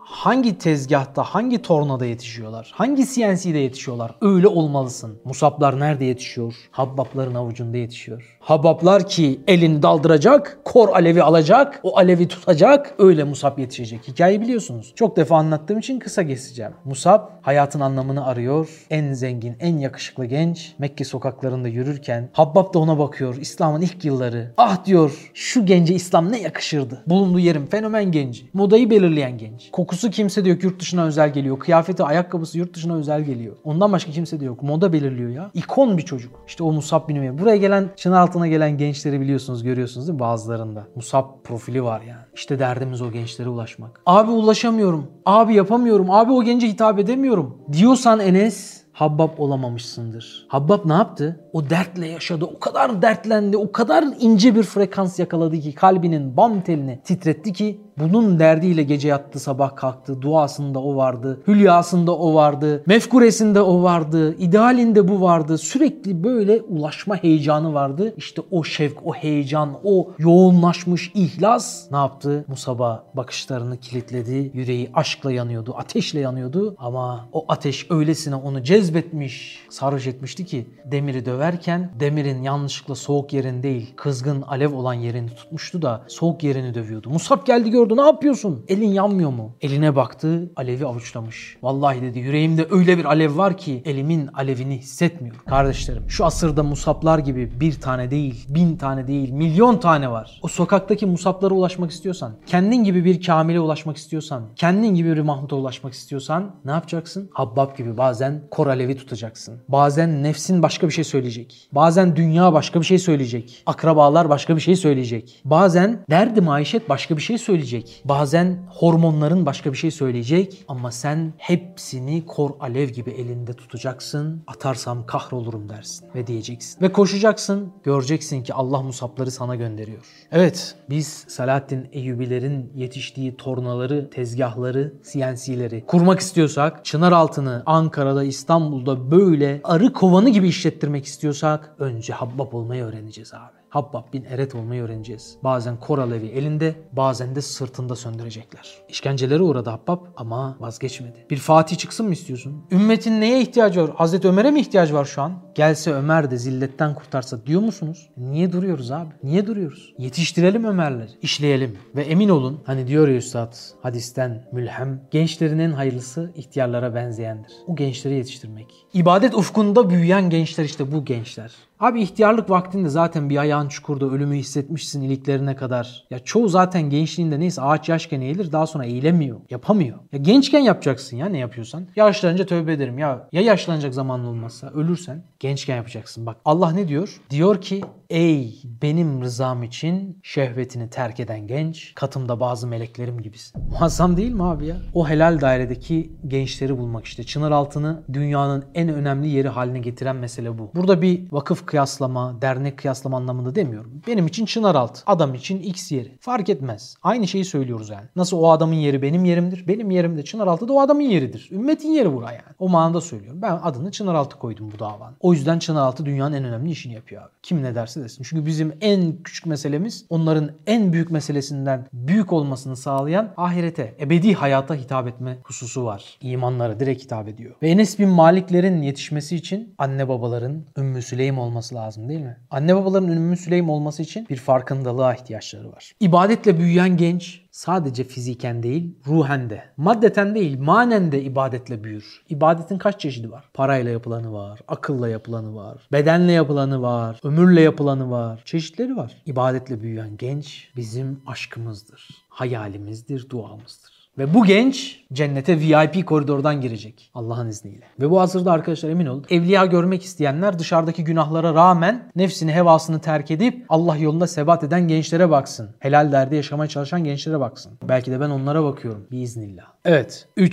hangi tezgahta, hangi tornada yetişiyorlar? Hangi CNC'de yetişiyorlar? Öyle olmalısın. Musablar nerede yetişiyor? Habbapların avucunda yetişiyor. Habbaplar ki elini daldıracak, kor alevi alacak, o alevi tutacak, öyle Musab yetişecek. Hikayeyi biliyorsunuz. Çok defa anlattığım için kısa keseceğim. Musab hayatın anlamını arıyor. En zengin, en yakışıklı genç Mekke sokaklarında yürürken Habbap da ona bakıyor. İslam'ın ilk yılları. Ah diyor, şu gence İslam ne yakışırdı. Bulunduğu yerin fenomen genci. Modayı belirleyen genç. Kokusu kimse de yok, yurt dışına özel geliyor. Kıyafeti, ayakkabısı yurt dışına özel geliyor. Ondan başka kimse de yok. Moda belirliyor ya. İkon bir çocuk. İşte o Musab bin Ümeyr. Buraya gelen, çınar altına gelen gençleri biliyorsunuz, görüyorsunuz değil mi? Bazılarında. Musab profili var yani. İşte derdimiz o gençlere ulaşmak. Abi ulaşamıyorum. Abi yapamıyorum. Abi o gence hitap edemiyorum diyorsan Enes, Habbab olamamışsındır. Habbab ne yaptı? O dertle yaşadı. O kadar dertlendi. O kadar ince bir frekans yakaladı ki kalbinin bam telini titretti ki bunun derdiyle gece yattı, sabah kalktı. Duasında o vardı. Hülyasında o vardı. Mefkuresinde o vardı. İdealinde bu vardı. Sürekli böyle ulaşma heyecanı vardı. İşte o şevk, o heyecan, o yoğunlaşmış ihlas ne yaptı? Musab'a bakışlarını kilitledi. Yüreği aşkla yanıyordu. Ateşle yanıyordu. Ama o ateş öylesine onu cezbetmiş, sarhoş etmişti ki demiri döverken demirin yanlışlıkla soğuk yerini değil, kızgın alev olan yerini tutmuştu da soğuk yerini dövüyordu. Musab geldi gördü. Ne yapıyorsun? Elin yanmıyor mu? Eline baktı, alevi avuçlamış. Vallahi dedi, yüreğimde öyle bir alev var ki elimin alevini hissetmiyorum. Kardeşlerim, şu asırda Musablar gibi bir tane değil, 1000 tane değil, milyon tane var. O sokaktaki Musablara ulaşmak istiyorsan, kendin gibi bir kamile ulaşmak istiyorsan, kendin gibi bir Mahmut'a ulaşmak istiyorsan ne yapacaksın? Habbab gibi bazen kor alevi tutacaksın. Bazen nefsin başka bir şey söyleyecek. Bazen dünya başka bir şey söyleyecek. Akrabalar başka bir şey söyleyecek. Bazen derdi maişet başka bir şey söyleyecek. Bazen hormonların başka bir şey söyleyecek. Ama sen hepsini kor alev gibi elinde tutacaksın. Atarsam kahrolurum dersin ve diyeceksin. Ve koşacaksın. Göreceksin ki Allah Musabları sana gönderiyor. Evet, biz Selahaddin Eyyubilerin yetiştiği tornaları, tezgahları, CNC'leri kurmak istiyorsak, Çınaraltı'nı Ankara'da, İstanbul'da böyle arı kovanı gibi işlettirmek istiyorsak önce Habbab olmayı öğreneceğiz abi. Habbab bin Eret olmayı öğreneceğiz. Bazen kor alevi elinde, bazen de sırtında söndürecekler. İşkencelere uğradı Habbab ama vazgeçmedi. Bir Fatih çıksın mı istiyorsun? Ümmetin neye ihtiyacı var? Hazreti Ömer'e mi ihtiyacı var şu an? Gelse Ömer de zilletten kurtarsa diyor musunuz? Niye duruyoruz abi? Niye duruyoruz? Yetiştirelim Ömerleri. İşleyelim. Ve emin olun, hani diyor ya üstad hadisten mülhem, gençlerin en hayırlısı ihtiyarlara benzeyendir. O gençleri yetiştirmek. İbadet ufkunda büyüyen gençler işte bu gençler. Abi ihtiyarlık vaktinde zaten bir ayağın çukurda, ölümü hissetmişsin iliklerine kadar. Ya çoğu zaten gençliğinde neyse ağaç yaşken eğilir, daha sonra eğilemiyor. Yapamıyor. Ya gençken yapacaksın ya ne yapıyorsan. Yaşlanınca tövbe ederim ya yaşlanacak zamanın olmazsa ölürsen gençken yapacaksın. Bak Allah ne diyor? Diyor ki ey benim rızam için şehvetini terk eden genç, katımda bazı meleklerim gibisin. Muazzam değil mi abi ya? O helal dairedeki gençleri bulmak işte. Çınaraltı'nı dünyanın en önemli yeri haline getiren mesele bu. Burada bir vakıf kıyaslama, dernek kıyaslama anlamında demiyorum. Benim için Çınaraltı, adam için X yeri. Fark etmez. Aynı şeyi söylüyoruz yani. Nasıl o adamın yeri benim yerimdir, benim yerim de Çınaraltı da o adamın yeridir. Ümmetin yeri buraya yani. O manada söylüyorum. Ben adını Çınaraltı koydum bu davanın. O yüzden Çınaraltı dünyanın en önemli işini yapıyor abi. Kim ne derse desin. Çünkü bizim en küçük meselemiz onların en büyük meselesinden büyük olmasını sağlayan ahirete, ebedi hayata hitap etme hususu var. İmanlara direkt hitap ediyor. Ve Enes bin Maliklerin yetişmesi için anne babaların Ümmü Süleym olması lazım değil mi? Anne babaların Ümmü Süleym olması için bir farkındalığa ihtiyaçları var. İbadetle büyüyen genç sadece fiziken değil, ruhen de, maddeten değil, manen de ibadetle büyür. İbadetin kaç çeşidi var? Parayla yapılanı var, akılla yapılanı var, bedenle yapılanı var, ömürle yapılanı var. Çeşitleri var. İbadetle büyüyen genç bizim aşkımızdır, hayalimizdir, duamızdır. Ve bu genç cennete VIP koridordan girecek Allah'ın izniyle. Ve bu asırda arkadaşlar emin olun, evliya görmek isteyenler dışarıdaki günahlara rağmen nefsini, hevasını terk edip Allah yolunda sebat eden gençlere baksın. Helal derde yaşamaya çalışan gençlere baksın. Belki de ben onlara bakıyorum biiznillah. Evet. 3.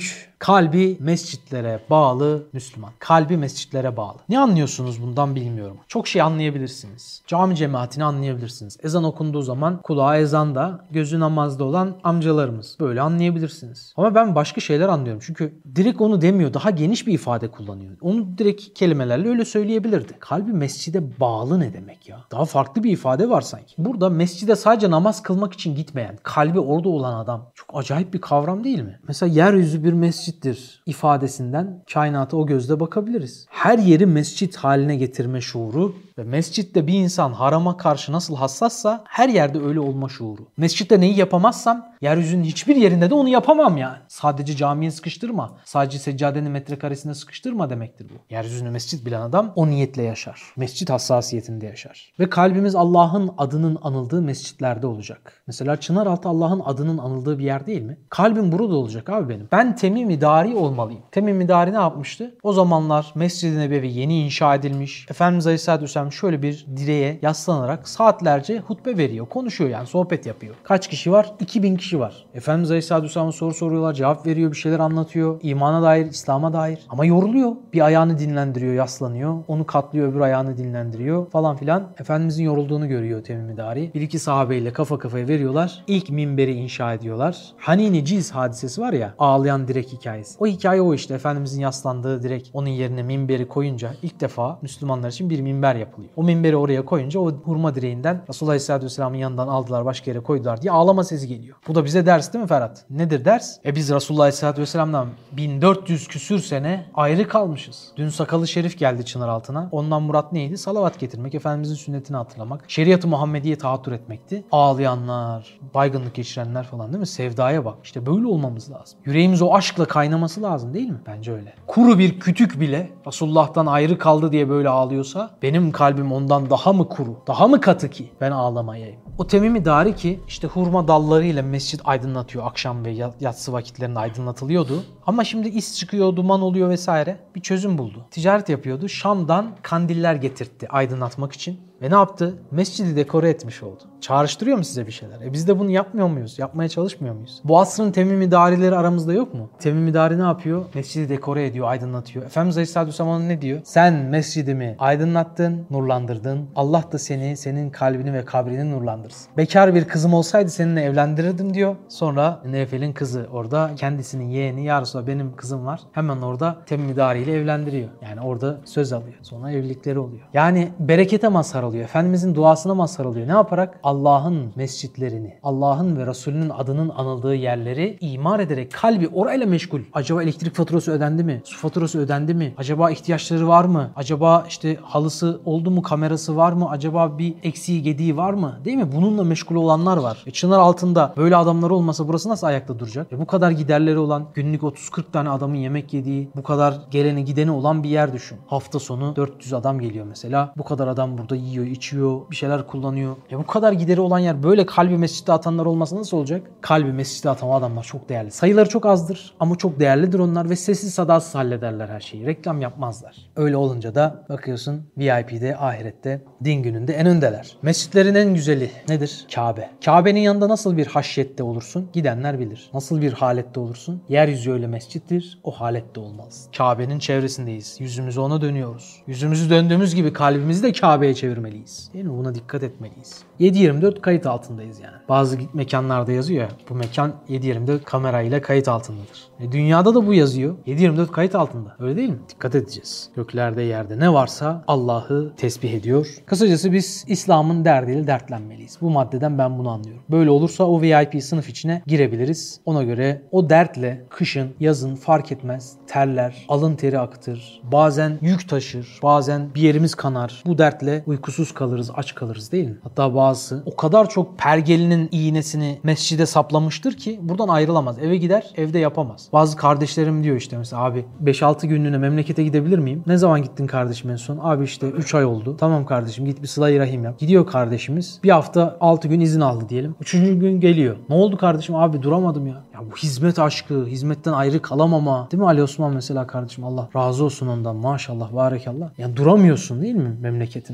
Kalbi mescitlere bağlı Müslüman. Kalbi mescitlere bağlı. Ne anlıyorsunuz bundan bilmiyorum. Çok şey anlayabilirsiniz. Cami cemaatini anlayabilirsiniz. Ezan okunduğu zaman kulağı ezanda, gözü namazda olan amcalarımız. Böyle anlayabilirsiniz. Ama ben başka şeyler anlıyorum. Çünkü direkt onu demiyor. Daha geniş bir ifade kullanıyor. Onu direkt kelimelerle öyle söyleyebilirdi. Kalbi mescide bağlı ne demek ya? Daha farklı bir ifade var sanki. Burada mescide sadece namaz kılmak için gitmeyen, kalbi orada olan adam. Çok acayip bir kavram değil mi? Mesela yeryüzü bir mescittir ifadesinden kainata o gözle bakabiliriz. Her yeri mescit haline getirme şuuru ve mescitte bir insan harama karşı nasıl hassassa her yerde öyle olma şuuru. Mescitte neyi yapamazsam yeryüzünün hiçbir yerinde de onu yapamam yani. Sadece camiye sıkıştırma, sadece seccadenin metrekaresine sıkıştırma demektir bu. Yeryüzünü mescit bilen adam o niyetle yaşar. Mescit hassasiyetinde yaşar. Ve kalbimiz Allah'ın adının anıldığı mescitlerde olacak. Mesela Çınaraltı Allah'ın adının anıldığı bir yer değil mi? Kalbim burada olacak abi benim. Ben Temim-i Dari olmalıyım. Temim-i Dari ne yapmıştı? O zamanlar Mescid-i Nebevi yeni inşa edilmiş. Efendimiz Aleyhisselatü Vesselam şöyle bir direğe yaslanarak saatlerce hutbe veriyor. Konuşuyor yani sohbet yapıyor. Kaç kişi var? 2000 kişi var. Efendimiz Aleyhisselatü Vesselam'a soru soruyorlar, cevap veriyor, bir şeyler anlatıyor. İmana dair, İslam'a dair. Ama yoruluyor. Bir ayağını dinlendiriyor, yaslanıyor. Onu katlıyor, öbür ayağını dinlendiriyor falan filan. Efendimizin yorulduğunu görüyor Temim-i Dari. Bir iki sahabeyle kafa kafaya veriyorlar. İlk minberi inşa ediyorlar. Hanini Ciz hadisesi var ya, ağlayan direk hikayesi. O hikaye o işte. Efendimizin yaslandığı direk, onun yerine minberi koyunca ilk defa Müslümanlar için bir minber yapılıyor. O minberi oraya koyunca o hurma direğinden Resulullah Aleyhisselatü Vesselam'ın yanından aldılar, başka yere koydular diye ağlama sesi geliyor. Bu da bize ders değil mi Ferhat? Nedir ders? Biz Resulullah Aleyhisselatü Vesselam'dan 1400 küsür sene ayrı kalmışız. Dün sakalı şerif geldi Çınaraltı'na. Ondan murat neydi? Salavat getirmek, Efendimizin sünnetini hatırlamak, şeriat-ı Muhammediye tahattür etmekti. Ağlayanlar, baygınlık geçirenler falan değil mi? Sevdaya bak. İşte böyle olmamız lazım. Yüreğimiz o aşkla kaynaması lazım değil mi? Bence öyle. Kuru bir kütük bile Resulullah'tan ayrı kaldı diye böyle ağlıyorsa benim kalbim ondan daha mı kuru, daha mı katı ki ben ağlamayayım? O Temim-i Dari ki işte hurma dallarıyla mescit aydınlatıyor, akşam ve yatsı vakitlerinde aydınlatılıyordu. Ama şimdi is çıkıyor, duman oluyor vesaire. Bir çözüm buldu. Ticaret yapıyordu. Şam'dan kandiller getirtti aydınlatmak için. Ve ne yaptı? Mescidi dekore etmiş oldu. Çağrıştırıyor mu size bir şeyler? Biz de bunu yapmıyor muyuz? Yapmaya çalışmıyor muyuz? Bu asrın Temim-i Darileri aramızda yok mu? Temim-i Dari ne yapıyor? Mescidi dekore ediyor, aydınlatıyor. Efendimiz Aleyhisselatü Vesselam ne diyor? Sen mescidimi aydınlattın, nurlandırdın. Allah da seni, senin kalbini ve kabrini nurlandırsın. Bekar bir kızım olsaydı seninle evlendirirdim diyor. Sonra Nefel'in kızı orada kendisinin yeğeni, ya Resulallah benim kızım var. Hemen orada Temim-i Dari ile evlendiriyor. Yani orada söz alıyor. Sonra evlilikleri oluyor. Yani berekete mazhar oluyor. Efendimizin duasına mazhar oluyor. Ne yaparak? Allah'ın mescitlerini, Allah'ın ve Resulünün adının anıldığı yerleri imar ederek kalbi orayla meşgul. Acaba elektrik faturası ödendi mi? Su faturası ödendi mi? Acaba ihtiyaçları var mı? Acaba işte halısı oldu mu? Kamerası var mı? Acaba bir eksiği gediği var mı? Değil mi? Bununla meşgul olanlar var. Çınar altında böyle adamlar olmasa burası nasıl ayakta duracak? Bu kadar giderleri olan, günlük 30-40 tane adamın yemek yediği, bu kadar geleni gideni olan bir yer düşün. Hafta sonu 400 adam geliyor mesela. Bu kadar adam burada yiyor, içiyor, bir şeyler kullanıyor. Bu kadar gideri olan yer, böyle kalbi mescitte atanlar olmasa nasıl olacak? Kalbi mescitte atan adamlar çok değerli. Sayıları çok azdır ama çok değerlidir onlar ve sessiz sadasız hallederler her şeyi. Reklam yapmazlar. Öyle olunca da bakıyorsun VIP'de, ahirette, din gününde en öndeler. Mescitlerin en güzeli nedir? Kabe. Kabe'nin yanında nasıl bir haşyette olursun? Gidenler bilir. Nasıl bir halette olursun? Yeryüzü öyle mescittir. O halette olmalısın. Kabe'nin çevresindeyiz. Yüzümüzü ona dönüyoruz. Yüzümüzü döndüğümüz gibi kalbimizi de Kabe'ye çevirmeliyiz. Değil mi? Buna dikkat etmeliyiz. 7/24 kayıt altındayız yani. Bazı mekanlarda yazıyor ya, bu mekan 7/24 kamerayla kayıt altındadır. Dünyada da bu yazıyor. 7/24 kayıt altında. Öyle değil mi? Dikkat edeceğiz. Göklerde, yerde ne varsa Allah'ı tesbih ediyor. Kısacası biz İslam'ın derdiyle dertlenmeliyiz. Bu maddeden ben bunu anlıyorum. Böyle olursa o VIP sınıf içine girebiliriz. Ona göre o dertle kışın, yazın fark etmez terler, alın teri akıtır. Bazen yük taşır. Bazen bir yerimiz kanar. Bu dertle uykusuz kalırız, aç kalırız değil mi? Hatta bazısı o kadar çok pergelinin iğnesini mescide saplamıştır ki buradan ayrılamaz. Eve gider, evde yapamaz. Bazı kardeşlerim diyor işte mesela, abi 5-6 günlüğüne memlekete gidebilir miyim? Ne zaman gittin kardeşim en son? Abi işte 3 ay oldu. Tamam kardeşim, git bir sıla-i rahim yap. Gidiyor kardeşimiz. Bir hafta 6 gün izin aldı diyelim. 3. gün geliyor. Ne oldu kardeşim? Abi duramadım ya. Ya bu hizmet aşkı, hizmetten ayrı kalamama. Değil mi Ali Osman mesela kardeşim? Allah razı olsun ondan. Maşallah, barekallah. Yani duramıyorsun değil mi memleketinde? Yapamıyorsun.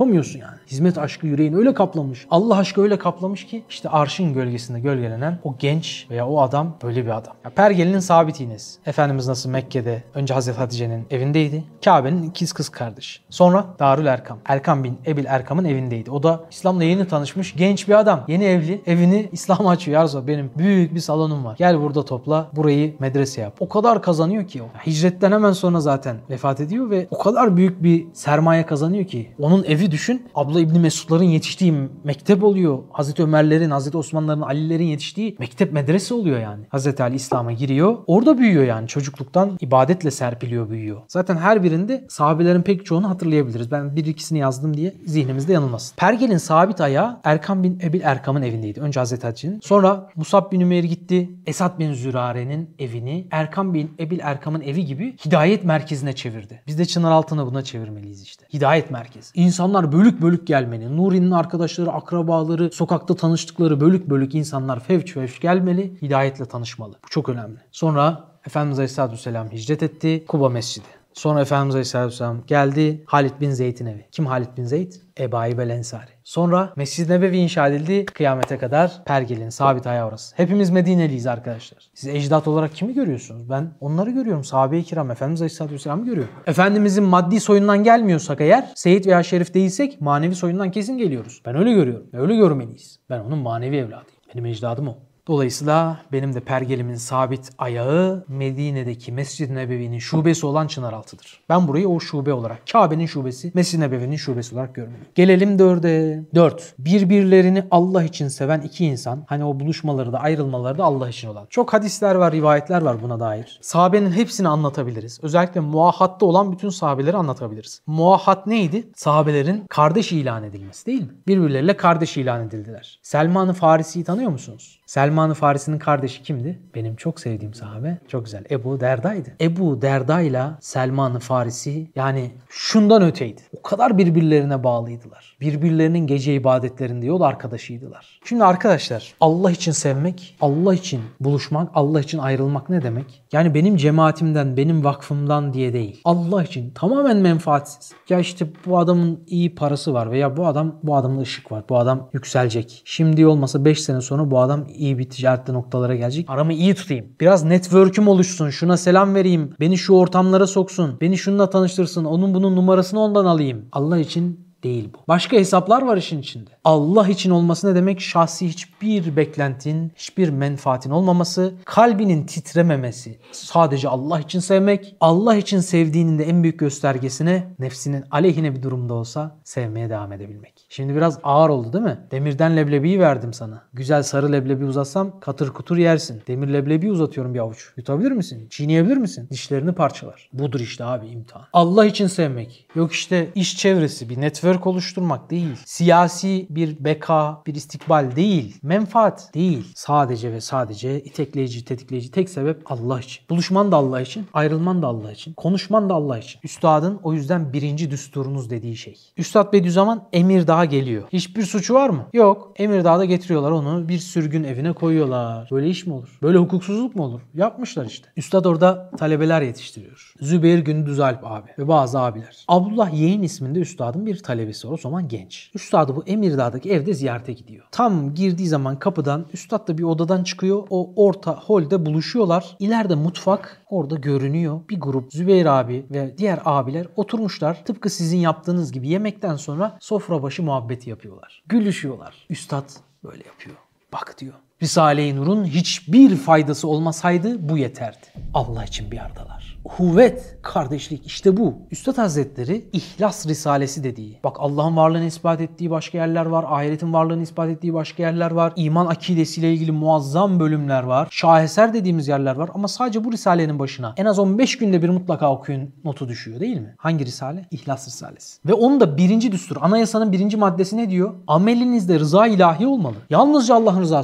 yapamıyorsun yani. Hizmet aşkı yüreğini öyle kaplamış. Allah aşkı öyle kaplamış ki işte arşın gölgesinde gölgelenen o genç veya o adam böyle bir adam. Ya Pergeli'nin sabit iğnesi. Efendimiz nasıl Mekke'de önce Hazreti Hatice'nin evindeydi. Kabe'nin ikiz kız kardeşi. Sonra Darül Erkam. Erkam bin Ebil Erkam'ın evindeydi. O da İslam'la yeni tanışmış genç bir adam. Yeni evli. Evini İslam'a açıyor. Ya Resulallah, benim büyük bir salonum var. Gel burada topla. Burayı medrese yap. O kadar kazanıyor ki o. Hicretten hemen sonra zaten vefat ediyor ve o kadar büyük bir sermaye kazanıyor ki. Onun evi düşün. Abla İbni Mesudların yetiştiği mektep oluyor. Hazreti Ömerlerin, Hazreti Osmanların, Alilerin yetiştiği mektep medrese oluyor yani. Hazreti Ali İslam'a giriyor. Orada büyüyor yani. Çocukluktan ibadetle serpiliyor, büyüyor. Zaten her birinde sahabelerin pek çoğunu hatırlayabiliriz. Ben bir ikisini yazdım diye zihnimizde yanılmasın. Pergel'in sabit ayağı Erkam bin Ebil Erkam'ın evindeydi. Önce Hazreti Hatice'nin. Sonra Musab bin Ümeyr gitti. Esad bin Zürare'nin evini Erkam bin Ebil Erkam'ın evi gibi hidayet merkezine çevirdi. Biz de Çınaraltı'nı buna çevirmeliyiz işte. Hidayet merkezi. İnsanlar bölük bölük gelmeli. Nuri'nin arkadaşları, akrabaları, sokakta tanıştıkları bölük bölük insanlar fevç fevç gelmeli. Hidayetle tanışmalı. Bu çok önemli. Sonra Efendimiz Aleyhisselatü Vesselam hicret etti. Kuba Mescidi. Sonra Efendimiz Aleyhisselatü Vesselam geldi Halid bin Zeyd'in evi. Kim Halid bin Zeyd? Ebu Ayyub el-Ensari. Sonra Mescid-i Nebevi inşa edildi. Kıyamete kadar Pergel'in sabit ayağı orası. Hepimiz Medineliyiz arkadaşlar. Siz ecdat olarak kimi görüyorsunuz? Ben onları görüyorum. Sahabe-i kiram, Efendimiz Aleyhisselatü Vesselam'ı görüyorum. Efendimizin maddi soyundan gelmiyorsak eğer, Seyit veya Şerif değilsek manevi soyundan kesin geliyoruz. Ben öyle görüyorum. Ve öyle görmeliyiz. Ben onun manevi evladıyım. Benim ecdadım o. Dolayısıyla benim de Pergelim'in sabit ayağı Medine'deki Mescid-i Nebevi'nin şubesi olan Çınaraltı'dır. Ben burayı o şube olarak, Kabe'nin şubesi, Mescid-i Nebevi'nin şubesi olarak görmeliyim. Gelelim 4'e. 4. Birbirlerini Allah için seven iki insan, hani o buluşmaları da ayrılmaları da Allah için olan. Çok hadisler var, rivayetler var buna dair. Sahabenin hepsini anlatabiliriz. Özellikle muahatta olan bütün sahabeleri anlatabiliriz. Muahat neydi? Sahabelerin kardeş ilan edilmesi değil mi? Birbirleriyle kardeş ilan edildiler. Selman-ı Farisi'yi tanıyor musunuz? Selman-ı Farisi'nin kardeşi kimdi? Benim çok sevdiğim sahabe. Çok güzel. Ebu Derda'ydı. Ebu Derda ile Selman-ı Farisi yani şundan öteydi. O kadar birbirlerine bağlıydılar. Birbirlerinin gece ibadetlerinde yol arkadaşıydılar. Şimdi arkadaşlar Allah için sevmek, Allah için buluşmak, Allah için ayrılmak ne demek? Yani benim cemaatimden, benim vakfımdan diye değil. Allah için tamamen menfaatsiz. Ya işte bu adamın iyi parası var veya bu adamın ışık var. Bu adam yükselecek. Şimdi olmasa 5 sene sonra bu adam iyi bir ticarette noktalara gelecek. Aramı iyi tutayım. Biraz network'üm oluşsun. Şuna selam vereyim. Beni şu ortamlara soksun. Beni şununla tanıştırsın. Onun bunun numarasını ondan alayım. Allah için değil bu. Başka hesaplar var işin içinde. Allah için olması ne demek? Şahsi hiçbir beklentin, hiçbir menfaatin olmaması, kalbinin titrememesi. Sadece Allah için sevmek. Allah için sevdiğinin de en büyük göstergesine nefsinin aleyhine bir durumda olsa sevmeye devam edebilmek. Şimdi biraz ağır oldu değil mi? Demirden leblebiyi verdim sana. Güzel sarı leblebi uzatsam katır kutur yersin. Demir leblebi uzatıyorum bir avuç. Yutabilir misin? Çiğneyebilir misin? Dişlerini parçalar. Budur işte abi imtihan. Allah için sevmek. Yok işte iş çevresi, bir network oluşturmak değil. Siyasi bir beka, bir istikbal değil. Menfaat değil. Sadece ve sadece itekleyici, tetikleyici tek sebep Allah için. Buluşman da Allah için, ayrılman da Allah için, konuşman da Allah için. Üstadın o yüzden birinci düsturunuz dediği şey. Üstad Bediüzzaman Emirdağ'a geliyor. Hiçbir suçu var mı? Yok. Emirdağ'da getiriyorlar onu bir sürgün evine koyuyorlar. Böyle iş mi olur? Böyle hukuksuzluk mu olur? Yapmışlar işte. Üstad orada talebeler yetiştiriyor. Zübeyir Gündüzalp abi ve bazı abiler. Abdullah Yeğen isminde üstadın bir talebesi var. O zaman genç. Üstadı bu Emirdağ'daki evde ziyarete gidiyor. Tam girdiği zaman kapıdan üstad da bir odadan çıkıyor. O orta holde buluşuyorlar. İleride mutfak orada görünüyor. Bir grup Zübeyir abi ve diğer abiler oturmuşlar. Tıpkı sizin yaptığınız gibi yemekten sonra sofra başı muhabbeti yapıyorlar. Gülüşüyorlar. Üstad böyle yapıyor. Bak diyor. Risale-i Nur'un hiçbir faydası olmasaydı bu yeterdi. Allah için bir aradalar. Kuvvet, kardeşlik işte bu. Üstad Hazretleri İhlas Risalesi dediği. Bak Allah'ın varlığını ispat ettiği başka yerler var. Ahiretin varlığını ispat ettiği başka yerler var. İman akidesiyle ilgili muazzam bölümler var. Şaheser dediğimiz yerler var. Ama sadece bu Risale'nin başına en az 15 günde bir mutlaka okuyun notu düşüyor değil mi? Hangi Risale? İhlas Risalesi. Ve onun da birinci düstur. Anayasanın birinci maddesi ne diyor? Amelinizde rıza ilahi olmalı. Yalnızca Allah'ın rızası olmalı.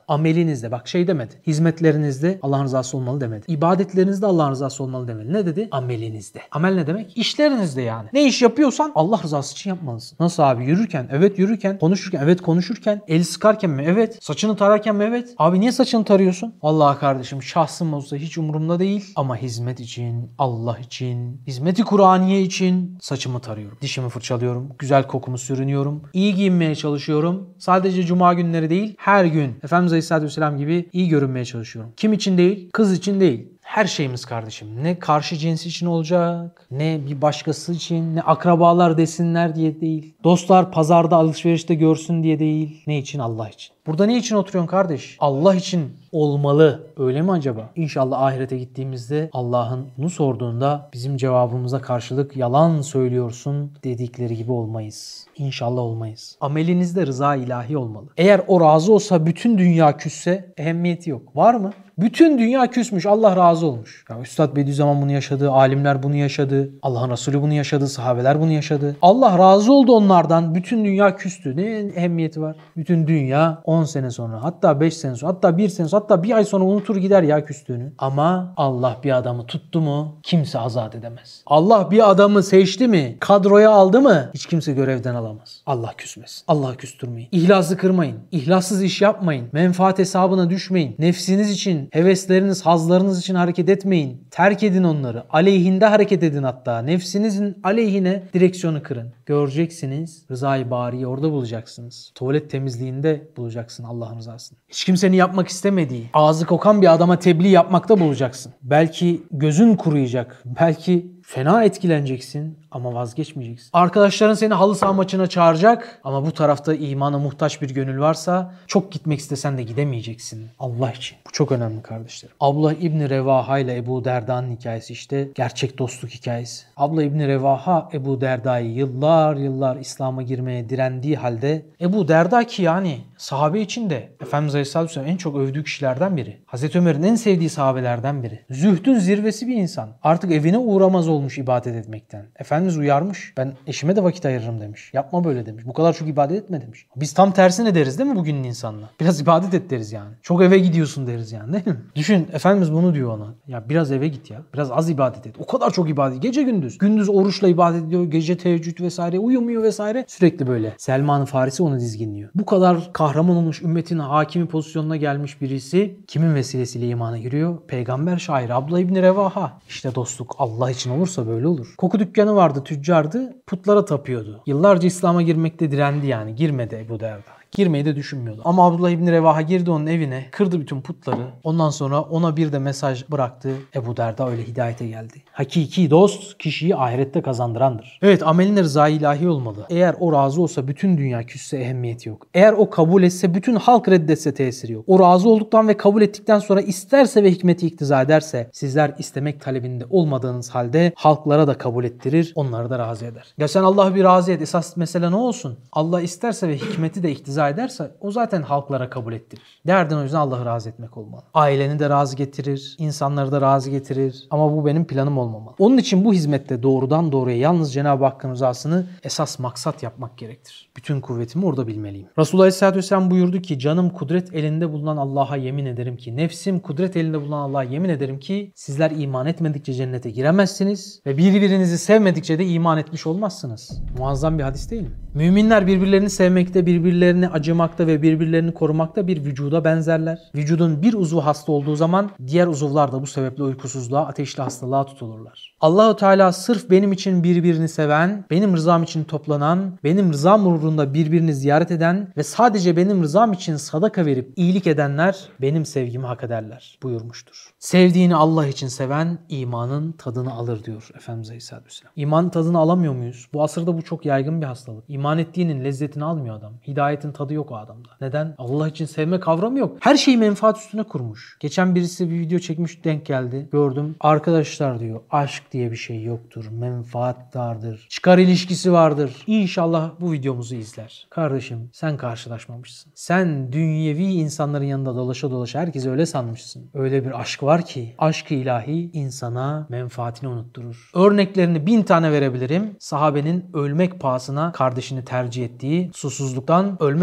Amelinizde, bak şey demedi. Hizmetlerinizde Allah'ın rızası olmalı demedi. İbadetlerinizde Allah'ın rızası olmalı demedi. Ne dedi? Amelinizde. Amel ne demek? İşlerinizde yani. Ne iş yapıyorsan Allah rızası için yapmalısın. Nasıl abi? Yürürken, evet yürürken, konuşurken, evet konuşurken, el sıkarken mi? Evet. Saçını tararken mi? Evet. Abi niye saçını tarıyorsun? Vallahi kardeşim şahsım olsa hiç umurumda değil ama hizmet için, Allah için, hizmeti Kur'aniye için saçımı tarıyorum. Dişimi fırçalıyorum. Güzel kokumu sürünüyorum. İyi giyinmeye çalışıyorum. Sadece cuma günleri değil, her gün Efendimiz Aleyhisselatü Vesselam gibi iyi görünmeye çalışıyorum. Kim için değil? Kız için değil. Her şeyimiz kardeşim. Ne karşı cins için olacak, ne bir başkası için, ne akrabalar desinler diye değil. Dostlar pazarda alışverişte görsün diye değil. Ne için? Allah için. Burada ne için oturuyorsun kardeş? Allah için olmalı. Öyle mi acaba? İnşallah ahirete gittiğimizde Allah'ın bunu sorduğunda bizim cevabımıza karşılık yalan söylüyorsun dedikleri gibi olmayız. İnşallah olmayız. Amelinizde rıza ilahi olmalı. Eğer o razı olsa bütün dünya küsse ehemmiyeti yok. Var mı? Bütün dünya küsmüş. Allah razı olmuş. Ya Üstad Bediüzzaman bunu yaşadı. Alimler bunu yaşadı. Allah'ın Resulü bunu yaşadı. Sahabeler bunu yaşadı. Allah razı oldu onlardan. Bütün dünya küstü. Ne ehemmiyeti var? Bütün dünya 10 sene sonra, hatta 5 sene sonra, hatta 1 sene sonra, hatta bir ay sonra unutur gider ya küstüğünü. Ama Allah bir adamı tuttu mu kimse azat edemez. Allah bir adamı seçti mi, kadroya aldı mı hiç kimse görevden alamaz. Allah küsmesin. Allah küstürmeyin. İhlası kırmayın. İhlassız iş yapmayın. Menfaat hesabına düşmeyin. Nefsiniz için, hevesleriniz, hazlarınız için hareket etmeyin. Terk edin onları. Aleyhinde hareket edin hatta. Nefsinizin aleyhine direksiyonu kırın. Göreceksiniz. Rızayı bariyi orada bulacaksınız. Tuvalet temizliğinde bulacaksın Allah'ın rızasını. Hiç kimsenin yapmak istemediği, ağzı kokan bir adama tebliğ yapmakta bulacaksın. Belki gözün kuruyacak. Belki fena etkileneceksin ama vazgeçmeyeceksin. Arkadaşların seni halı saha maçına çağıracak ama bu tarafta imana muhtaç bir gönül varsa çok gitmek istesen de gidemeyeceksin. Allah için. Bu çok önemli kardeşlerim. Abla İbni Revaha ile Ebu Derda'nın hikayesi işte gerçek dostluk hikayesi. Abla İbni Revaha Ebu Derda'yı yıllar İslam'a girmeye direndiği halde Ebu Derda ki yani sahabe için de Efendimiz Aleyhisselatü Vesselam en çok övdüğü kişilerden biri. Hazreti Ömer'in en sevdiği sahabelerden biri. Zühdün zirvesi bir insan. Artık evine uğramaz olmuş ibadet etmekten. Efendimiz uyarmış. Ben eşime de vakit ayırırım demiş. Yapma böyle demiş. Bu kadar çok ibadet etme demiş. Biz tam tersine deriz değil mi bugünün insanla? Biraz ibadet et deriz yani. Çok eve gidiyorsun deriz yani değil mi? Düşün Efendimiz bunu diyor ona. Ya biraz eve git ya. Biraz az ibadet et. O kadar çok ibadet. Gece gündüz. Gündüz oruçla ibadet ediyor. Gece teheccüd vesaire. Uyumuyor vesaire. Sürekli böyle. Selman-ı Farisi onu dizginliyor. Bu kadar kahraman olmuş ümmetin hakimi pozisyonuna gelmiş birisi kimin vesilesiyle imana giriyor? Peygamber şairi Abdullah İbni Revaha. İşte dostluk Allah için olursa böyle olur. Koku dükkanı vardı, tüccardı. Putlara tapıyordu. Yıllarca İslam'a girmekte direndi yani. Girmedi Ebu Derda. Girmeyi de düşünmüyordu. Ama Abdullah İbni Revaha girdi onun evine, kırdı bütün putları. Ondan sonra ona bir de mesaj bıraktı. Ebu Derda öyle hidayete geldi. Hakiki dost kişiyi ahirette kazandırandır. Evet, amelin rızayı ilahi olmalı. Eğer o razı olsa bütün dünya küsse ehemmiyeti yok. Eğer o kabul etse bütün halk reddetse tesiri yok. O razı olduktan ve kabul ettikten sonra isterse ve hikmeti iktiza ederse sizler istemek talebinde olmadığınız halde halklara da kabul ettirir, onları da razı eder. Ya sen Allah'ı bir razı et. Esas mesele ne olsun? Allah isterse ve hikmeti de iktiza ederse o zaten halklara kabul ettirir. Derdin o yüzden Allah'ı razı etmek olmalı. Aileni de razı getirir, insanları da razı getirir ama bu benim planım olmamalı. Onun için bu hizmette doğrudan doğruya yalnız Cenab-ı Hakk'ın rızasını esas maksat yapmak gerektir. Bütün kuvvetimi orada bilmeliyim. Resulullah Aleyhisselatü Vesselam buyurdu ki canım kudret elinde bulunan Allah'a yemin ederim ki, nefsim kudret elinde bulunan Allah'a yemin ederim ki sizler iman etmedikçe cennete giremezsiniz ve birbirinizi sevmedikçe de iman etmiş olmazsınız. Muazzam bir hadis değil mi? Müminler birbirlerini sevmekte, birbirlerini acımakta ve birbirlerini korumakta bir vücuda benzerler. Vücudun bir uzvu hasta olduğu zaman diğer uzuvlar da bu sebeple uykusuzluğa, ateşli hastalığa tutulurlar. Allahu Teala sırf benim için birbirini seven, benim rızam için toplanan, benim rızam uğrunda birbirini ziyaret eden ve sadece benim rızam için sadaka verip iyilik edenler benim sevgimi hak ederler buyurmuştur. Sevdiğini Allah için seven imanın tadını alır diyor Efendimiz Aleyhisselatü Vesselam. İmanın tadını alamıyor muyuz? Bu asırda bu çok yaygın bir hastalık. İman ettiğinin lezzetini almıyor adam. Hidayetin tadı yok o adamda. Neden? Allah için sevme kavramı yok. Her şeyi menfaat üstüne kurmuş. Geçen birisi bir video çekmiş, denk geldi. Gördüm. Arkadaşlar diyor, aşk diye bir şey yoktur. Menfaat vardır. Çıkar ilişkisi vardır. İnşallah bu videomuzu izler. Kardeşim sen karşılaşmamışsın. Sen dünyevi insanların yanında dolaşa dolaşa herkesi öyle sanmışsın. Öyle bir aşk var ki aşk-ı ilahi insana menfaatini unutturur. Örneklerini 1000 tane verebilirim. Sahabenin ölmek pahasına kardeşini tercih ettiği, susuzluktan ölmek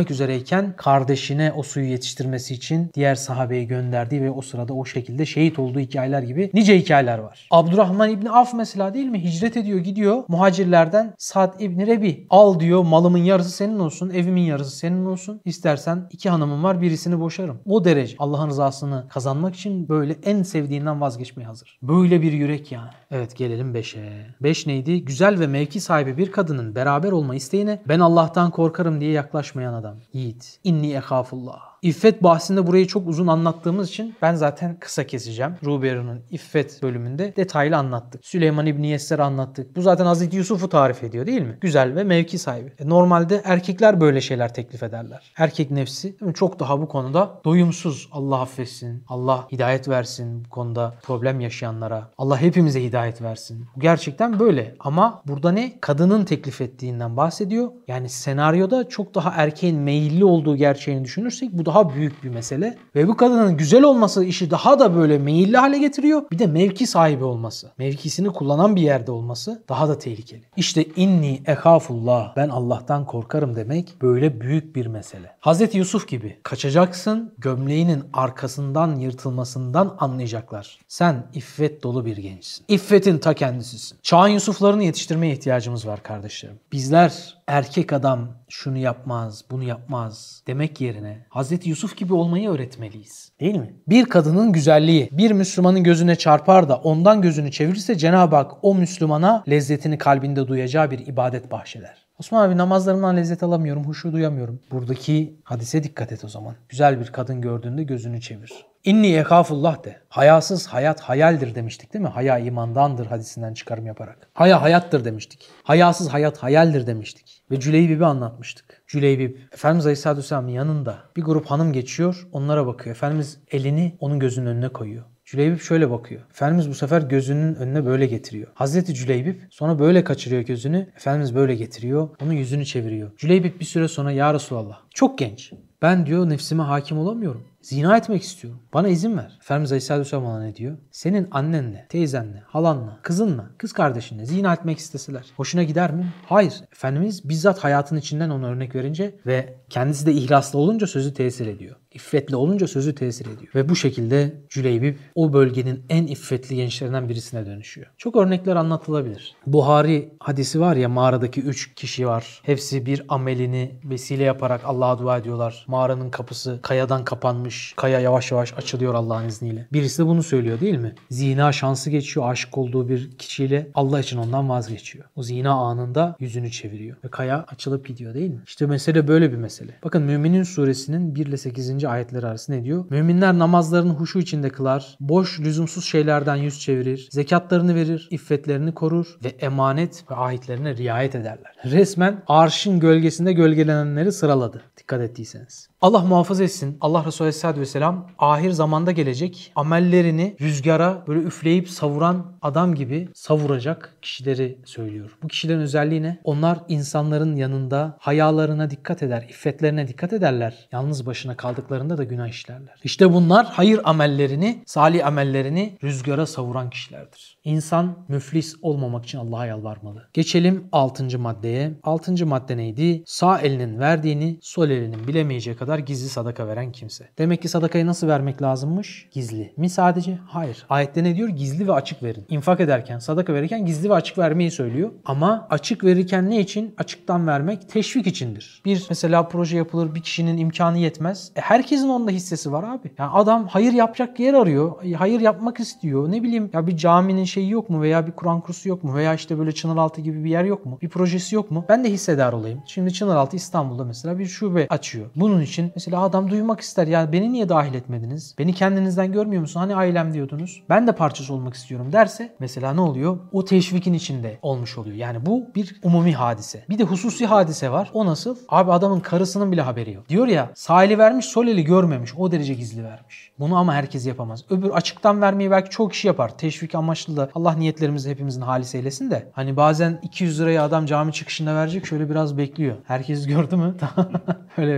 ölmek üzereyken kardeşine o suyu yetiştirmesi için diğer sahabeyi gönderdiği ve o sırada o şekilde şehit olduğu hikayeler gibi nice hikayeler var. Abdurrahman İbni Avf mesela değil mi? Hicret ediyor, gidiyor. Muhacirlerden Sa'd İbni Rebi, al diyor, malımın yarısı senin olsun, evimin yarısı senin olsun. İstersen 2 hanımım var, birisini boşarım. O derece Allah'ın rızasını kazanmak için böyle en sevdiğinden vazgeçmeye hazır. Böyle bir yürek yani. Evet, gelelim 5'e. 5 neydi? Güzel ve mevki sahibi bir kadının beraber olma isteğine ben Allah'tan korkarım diye yaklaşmayan adam. Yiğit. İnni ehafullah. İffet bahsinde burayı çok uzun anlattığımız için ben zaten kısa keseceğim. Rubera'nın İffet bölümünde detaylı anlattık. Süleyman İbni Yesser'i anlattık. Bu zaten Hazreti Yusuf'u tarif ediyor değil mi? Güzel ve mevki sahibi. Normalde erkekler böyle şeyler teklif ederler. Erkek nefsi çok daha bu konuda doyumsuz. Allah affetsin. Allah hidayet versin bu konuda problem yaşayanlara. Allah hepimize hidayet versin. Bu gerçekten böyle. Ama burada ne? Kadının teklif ettiğinden bahsediyor. Yani senaryoda çok daha erkeğin meyilli olduğu gerçeğini düşünürsek bu daha büyük bir mesele. Ve bu kadının güzel olması işi daha da böyle meyilli hale getiriyor. Bir de mevki sahibi olması. Mevkisini kullanan bir yerde olması daha da tehlikeli. İşte inni ehafullah, ben Allah'tan korkarım demek böyle büyük bir mesele. Hazreti Yusuf gibi kaçacaksın, gömleğinin arkasından yırtılmasından anlayacaklar. Sen iffet dolu bir gençsin. İffetin ta kendisisin. Çağın Yusuf'larını yetiştirmeye ihtiyacımız var kardeşlerim. Bizler erkek adam şunu yapmaz, bunu yapmaz demek yerine Hazreti Yusuf gibi olmayı öğretmeliyiz. Değil mi? Bir kadının güzelliği bir Müslümanın gözüne çarpar da ondan gözünü çevirirse Cenab-ı Hak o Müslümana lezzetini kalbinde duyacağı bir ibadet bahşeder. Osman abi, namazlarımdan lezzet alamıyorum, huşu duyamıyorum. Buradaki hadise dikkat et o zaman. Güzel bir kadın gördüğünde gözünü çevir. İnni ekafullah de. Hayasız hayat hayaldir demiştik değil mi? Haya imandandır hadisinden çıkarım yaparak. Haya hayattır demiştik. Hayasız hayat hayaldir demiştik. Ve Cüleybib'i anlatmıştık. Cüleybib, Efendimiz Aleyhisselatü Vesselam'ın yanında bir grup hanım geçiyor, onlara bakıyor. Efendimiz elini onun gözünün önüne koyuyor. Cüleybib şöyle bakıyor. Efendimiz bu sefer gözünün önüne böyle getiriyor. Hazreti Cüleybib sonra böyle kaçırıyor gözünü. Efendimiz böyle getiriyor. Onun yüzünü çeviriyor. Cüleybib bir süre sonra ya Resulallah, çok genç. Ben diyor nefsime hakim olamıyorum. Zina etmek istiyorum. Bana izin ver. Efendimiz Aleyhisselatü Vesselam ona ne diyor? Senin annenle, teyzenle, halanla, kızınla, kız kardeşinle zina etmek isteseler hoşuna gider mi? Hayır. Efendimiz bizzat hayatın içinden ona örnek verince ve kendisi de ihlaslı olunca sözü tesir ediyor. İffetli olunca sözü tesir ediyor. Ve bu şekilde Cüleybib o bölgenin en iffetli gençlerinden birisine dönüşüyor. Çok örnekler anlatılabilir. Buhari hadisi var ya, mağaradaki 3 kişi var. Hepsi bir amelini vesile yaparak Allah'a dua ediyorlar. Mağaranın kapısı kayadan kapanmış. Kaya yavaş yavaş açılıyor Allah'ın izniyle. Birisi de bunu söylüyor değil mi? Zina şansı geçiyor. Aşık olduğu bir kişiyle Allah için ondan vazgeçiyor. O zina anında yüzünü çeviriyor. Ve kaya açılıp gidiyor değil mi? İşte mesele böyle bir mesele. Bakın Müminin suresinin 1 ile 8. ayetleri arası ne diyor? Müminler namazlarını huşu içinde kılar. Boş, lüzumsuz şeylerden yüz çevirir. Zekatlarını verir. İffetlerini korur. Ve emanet ve ahitlerine riayet ederler. Resmen arşın gölgesinde gölgelenenleri sıraladı. Dikkat ettiyseniz. Allah muhafaza etsin. Allah Resulü Aleyhisselatü Vesselam ahir zamanda gelecek amellerini rüzgara böyle üfleyip savuran adam gibi savuracak kişileri söylüyor. Bu kişilerin özelliği ne? Onlar insanların yanında hayalarına dikkat eder, iffetlerine dikkat ederler. Yalnız başına kaldıklarında da günah işlerler. İşte bunlar hayır amellerini, salih amellerini rüzgara savuran kişilerdir. İnsan müflis olmamak için Allah'a yalvarmalı. Geçelim 6. maddeye. 6. madde neydi? Sağ elinin verdiğini sol elinin bilemeyeceği kadar gizli sadaka veren kimse. Demek ki sadakayı nasıl vermek lazımmış? Gizli mi sadece? Hayır. Ayette ne diyor? Gizli ve açık verin. İnfak ederken, sadaka verirken gizli ve açık vermeyi söylüyor. Ama açık verirken ne için? Açıktan vermek teşvik içindir. Bir mesela proje yapılır, bir kişinin imkanı yetmez. Herkesin onda hissesi var abi. Yani adam hayır yapacak yer arıyor. Hayır yapmak istiyor. Ne bileyim ya, bir caminin şeyi yok mu? Veya bir Kur'an kursu yok mu? Veya işte böyle Çınaraltı gibi bir yer yok mu? Bir projesi yok mu? Ben de hissedar olayım. Şimdi Çınaraltı İstanbul'da mesela bir şube açıyor. Bunun için mesela adam duymak ister. Ya beni niye dahil etmediniz? Beni kendinizden görmüyor musun? Hani ailem diyordunuz. Ben de parçası olmak istiyorum derse mesela ne oluyor? O teşvikin içinde olmuş oluyor. Yani bu bir umumi hadise. Bir de hususi hadise var. O nasıl? Abi adamın karısının bile haberi yok. Diyor ya, sağ eli vermiş, sol eli görmemiş. O derece gizli vermiş. Bunu ama herkes yapamaz. Öbür açıktan vermeyi belki çok kişi yapar. Teşvik amaçlı da Allah niyetlerimizi hepimizin halis eylesin de. Hani bazen 200 lirayı adam cami çıkışında verecek, şöyle biraz bekliyor. Herkes gördü mü? Öyle vereyim.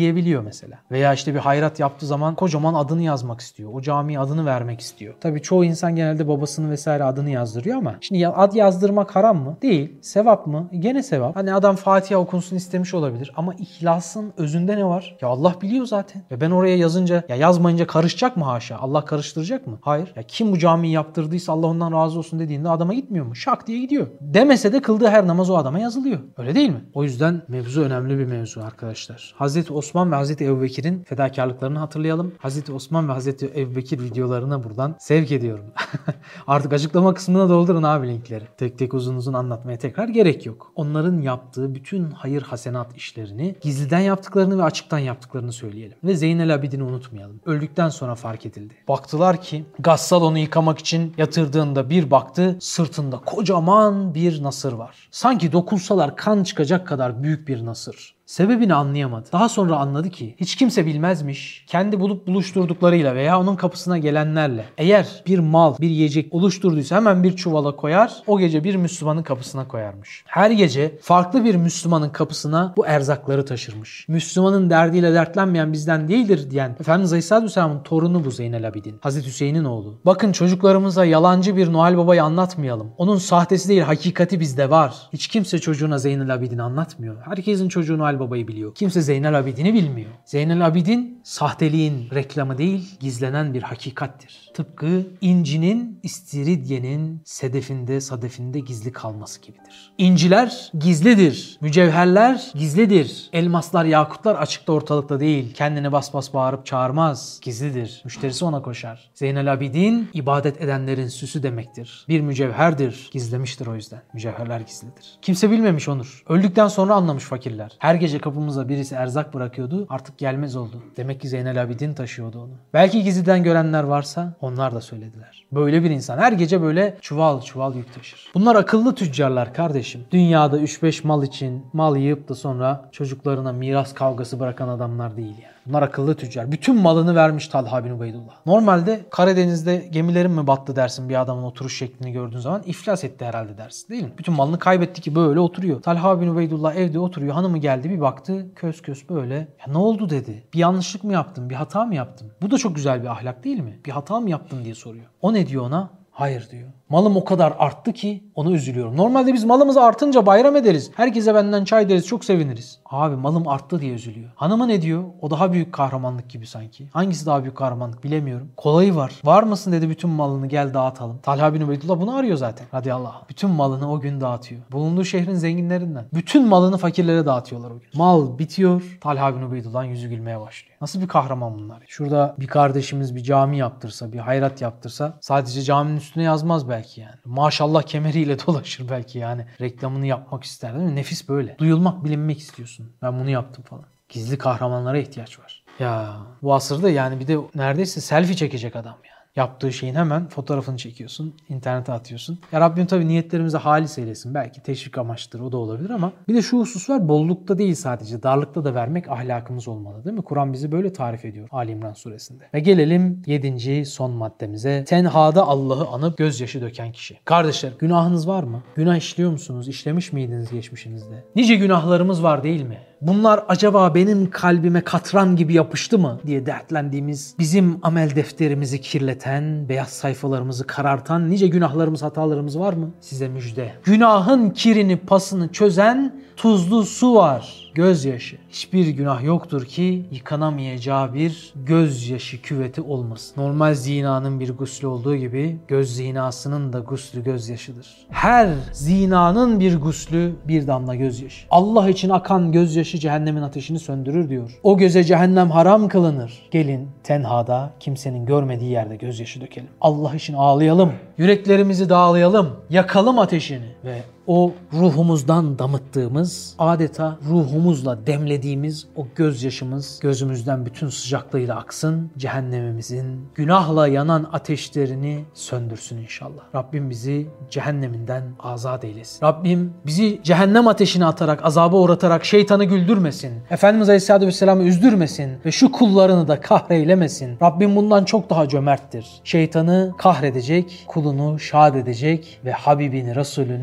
diyebiliyor mesela. Veya işte bir hayrat yaptığı zaman kocaman adını yazmak istiyor. O camiye adını vermek istiyor. Tabii çoğu insan genelde babasının vesaire adını yazdırıyor ama şimdi ad yazdırmak haram mı? Değil. Sevap mı? Gene sevap. Hani adam Fatiha okunsun istemiş olabilir ama ihlasın özünde ne var? Ya Allah biliyor zaten. Ve ben oraya yazınca, ya yazmayınca karışacak mı haşa? Allah karıştıracak mı? Hayır. Ya kim bu camiyi yaptırdıysa Allah ondan razı olsun dediğinde adama gitmiyor mu? Şak diye gidiyor. Demese de kıldığı her namaz o adama yazılıyor. Öyle değil mi? O yüzden mevzu önemli bir mevzu arkadaşlar. Hazreti Osman ve Hazreti Ebubekir'in fedakarlıklarını hatırlayalım. Hazreti Osman ve Hazreti Ebubekir videolarına buradan sevk ediyorum. Artık açıklama kısmına doldurun abi linkleri. Tek tek uzun uzun anlatmaya tekrar gerek yok. Onların yaptığı bütün hayır hasenat işlerini gizliden yaptıklarını ve açıktan yaptıklarını söyleyelim. Ve Zeynel Abidin'i unutmayalım. Öldükten sonra fark edildi. Baktılar ki Gassal onu yıkamak için yatırdığında bir baktı sırtında kocaman bir nasır var. Sanki dokunsalar kan çıkacak kadar büyük bir nasır. Sebebini anlayamadı. Daha sonra anladı ki hiç kimse bilmezmiş. Kendi bulup buluşturduklarıyla veya onun kapısına gelenlerle eğer bir mal, bir yiyecek oluşturduysa hemen bir çuvala koyar, o gece bir Müslümanın kapısına koyarmış. Her gece farklı bir Müslümanın kapısına bu erzakları taşırmış. Müslümanın derdiyle dertlenmeyen bizden değildir diyen Efendimiz Aleyhisselam'ın torunu bu Zeynel Abidin. Hazreti Hüseyin'in oğlu. Bakın çocuklarımıza yalancı bir Noel Baba'yı anlatmayalım. Onun sahtesi değil, hakikati bizde var. Hiç kimse çocuğuna Zeynel Abidin'i anlatmıyor. Herkesin çocuğu Noel Baba'yı biliyor. Kimse Zeynel Abidin'i bilmiyor. Zeynel Abidin sahteliğin reklamı değil, gizlenen bir hakikattir. Tıpkı incinin istiridyenin sedefinde, sadefinde gizli kalması gibidir. İnciler gizlidir. Mücevherler gizlidir. Elmaslar, yakutlar açıkta ortalıkta değil. Kendini bas bas bağırıp çağırmaz. Gizlidir. Müşterisi ona koşar. Zeynel Abidin ibadet edenlerin süsü demektir. Bir mücevherdir. Gizlemiştir o yüzden. Mücevherler gizlidir. Kimse bilmemiş Onur. Öldükten sonra anlamış fakirler. Her gece kapımıza birisi erzak bırakıyordu. Artık gelmez oldu. Demek ki Zeynel Abidin taşıyordu onu. Belki gizliden görenler varsa onlar da söylediler. Böyle bir insan her gece böyle çuval çuval yük taşır. Bunlar akıllı tüccarlar kardeşim. Dünyada 3-5 mal için mal yiyip da sonra çocuklarına miras kavgası bırakan adamlar değil yani. Bunlar akıllı tüccar. Bütün malını vermiş Talha bin Ubeydullah. Normalde Karadeniz'de gemilerin mi battı dersin bir adamın oturuş şeklini gördüğün zaman, iflas etti herhalde dersin değil mi? Bütün malını kaybetti ki böyle oturuyor. Talha bin Ubeydullah evde oturuyor. Hanımı geldi bir baktı kös kös böyle. Ya ne oldu dedi. Bir yanlışlık mı yaptım? Bir hata mı yaptım? Bu da çok güzel bir ahlak değil mi? Bir hata mı yaptım diye soruyor. O ne diyor ona? Hayır diyor. Malım o kadar arttı ki ona üzülüyorum. Normalde biz malımız artınca bayram ederiz. Herkese benden çay deriz, çok seviniriz. Abi malım arttı diye üzülüyor. Hanımı ne diyor? O daha büyük kahramanlık gibi sanki. Hangisi daha büyük kahramanlık bilemiyorum. Kolayı var. Var mısın dedi, bütün malını gel dağıtalım. Talha bin Ubeydullah bunu arıyor zaten. Radiyallahu. Bütün malını o gün dağıtıyor. Bulunduğu şehrin zenginlerinden. Bütün malını fakirlere dağıtıyorlar o gün. Mal bitiyor. Talha bin Ubeydullah'ın yüzü gülmeye başlıyor. Nasıl bir kahraman bunlar? Şurada bir kardeşimiz bir cami yaptırsa, bir hayrat yaptırsa sadece caminin üstüne yazmaz belki yani. Maşallah kemeriyle dolaşır belki yani. Reklamını yapmak ister değil mi? Nefis böyle. Duyulmak, bilinmek istiyorsun. Ben bunu yaptım falan. Gizli kahramanlara ihtiyaç var. Ya bu asırda yani bir de neredeyse selfie çekecek adam yani. Yaptığı şeyin hemen fotoğrafını çekiyorsun, internete atıyorsun. Ya Rabbim tabii niyetlerimizi halis eylesin. Belki teşvik amaçlıdır, o da olabilir ama bir de şu husus var, bollukta değil sadece, darlıkta da vermek ahlakımız olmalı değil mi? Kur'an bizi böyle tarif ediyor Ali İmran suresinde. Ve gelelim 7. son maddemize. Tenhada Allah'ı anıp gözyaşı döken kişi. Kardeşler, günahınız var mı? Günah işliyor musunuz? İşlemiş miydiniz geçmişinizde? Nice günahlarımız var değil mi? Bunlar acaba benim kalbime katran gibi yapıştı mı diye dertlendiğimiz, bizim amel defterimizi kirleten, beyaz sayfalarımızı karartan nice günahlarımız, hatalarımız var mı? Size müjde. Günahın kirini, pasını çözen tuzlu su var. Gözyaşı. Hiçbir günah yoktur ki yıkanamayacağı bir gözyaşı küveti olmasın. Normal zinanın bir guslü olduğu gibi göz zinasının da guslü gözyaşıdır. Her zinanın bir guslü bir damla gözyaşı. Allah için akan gözyaşı cehennemin ateşini söndürür diyor. O göze cehennem haram kılınır. Gelin tenhada, kimsenin görmediği yerde gözyaşı dökelim. Allah için ağlayalım. Yüreklerimizi dağlayalım. Yakalım ateşini ve o ruhumuzdan damıttığımız, adeta ruhumuzla demlediğimiz o gözyaşımız gözümüzden bütün sıcaklığıyla aksın. Cehennemimizin günahla yanan ateşlerini söndürsün inşallah. Rabbim bizi cehenneminden azat eylesin. Rabbim bizi cehennem ateşine atarak, azaba uğratarak şeytanı güldürmesin. Efendimiz Aleyhisselatü Vesselam'ı üzdürmesin ve şu kullarını da kahreylemesin. Rabbim bundan çok daha cömerttir. Şeytanı kahredecek, kulunu şad edecek ve Habibini, Resulünü,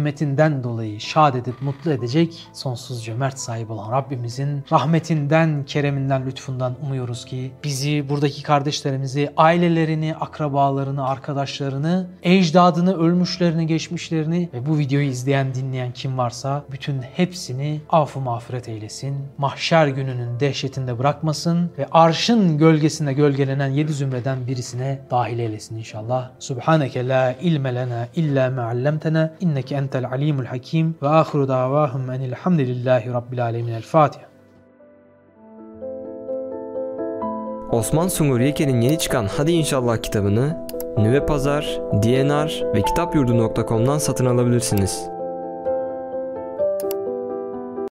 rahmetinden dolayı şad edip mutlu edecek sonsuz cömert sahibi olan Rabbimizin rahmetinden, kereminden, lütfundan umuyoruz ki bizi, buradaki kardeşlerimizi, ailelerini, akrabalarını, arkadaşlarını, ecdadını, ölmüşlerini, geçmişlerini ve bu videoyu izleyen, dinleyen kim varsa bütün hepsini affı mağfiret eylesin. Mahşer gününün dehşetinde bırakmasın ve arşın gölgesinde gölgelenen 7 zümreden birisine dahil eylesin inşallah. Subhaneke la ilme lena illa ma allamtena inneke entel alimul hakim ve ahiru davahum enilhamdülillahi rabbil alemin. El Fatiha. Osman Sungur Yeke'nin yeni çıkan Hadi İnşallah kitabını Nüve Pazar, DNR ve kitapyurdu.com'dan satın alabilirsiniz.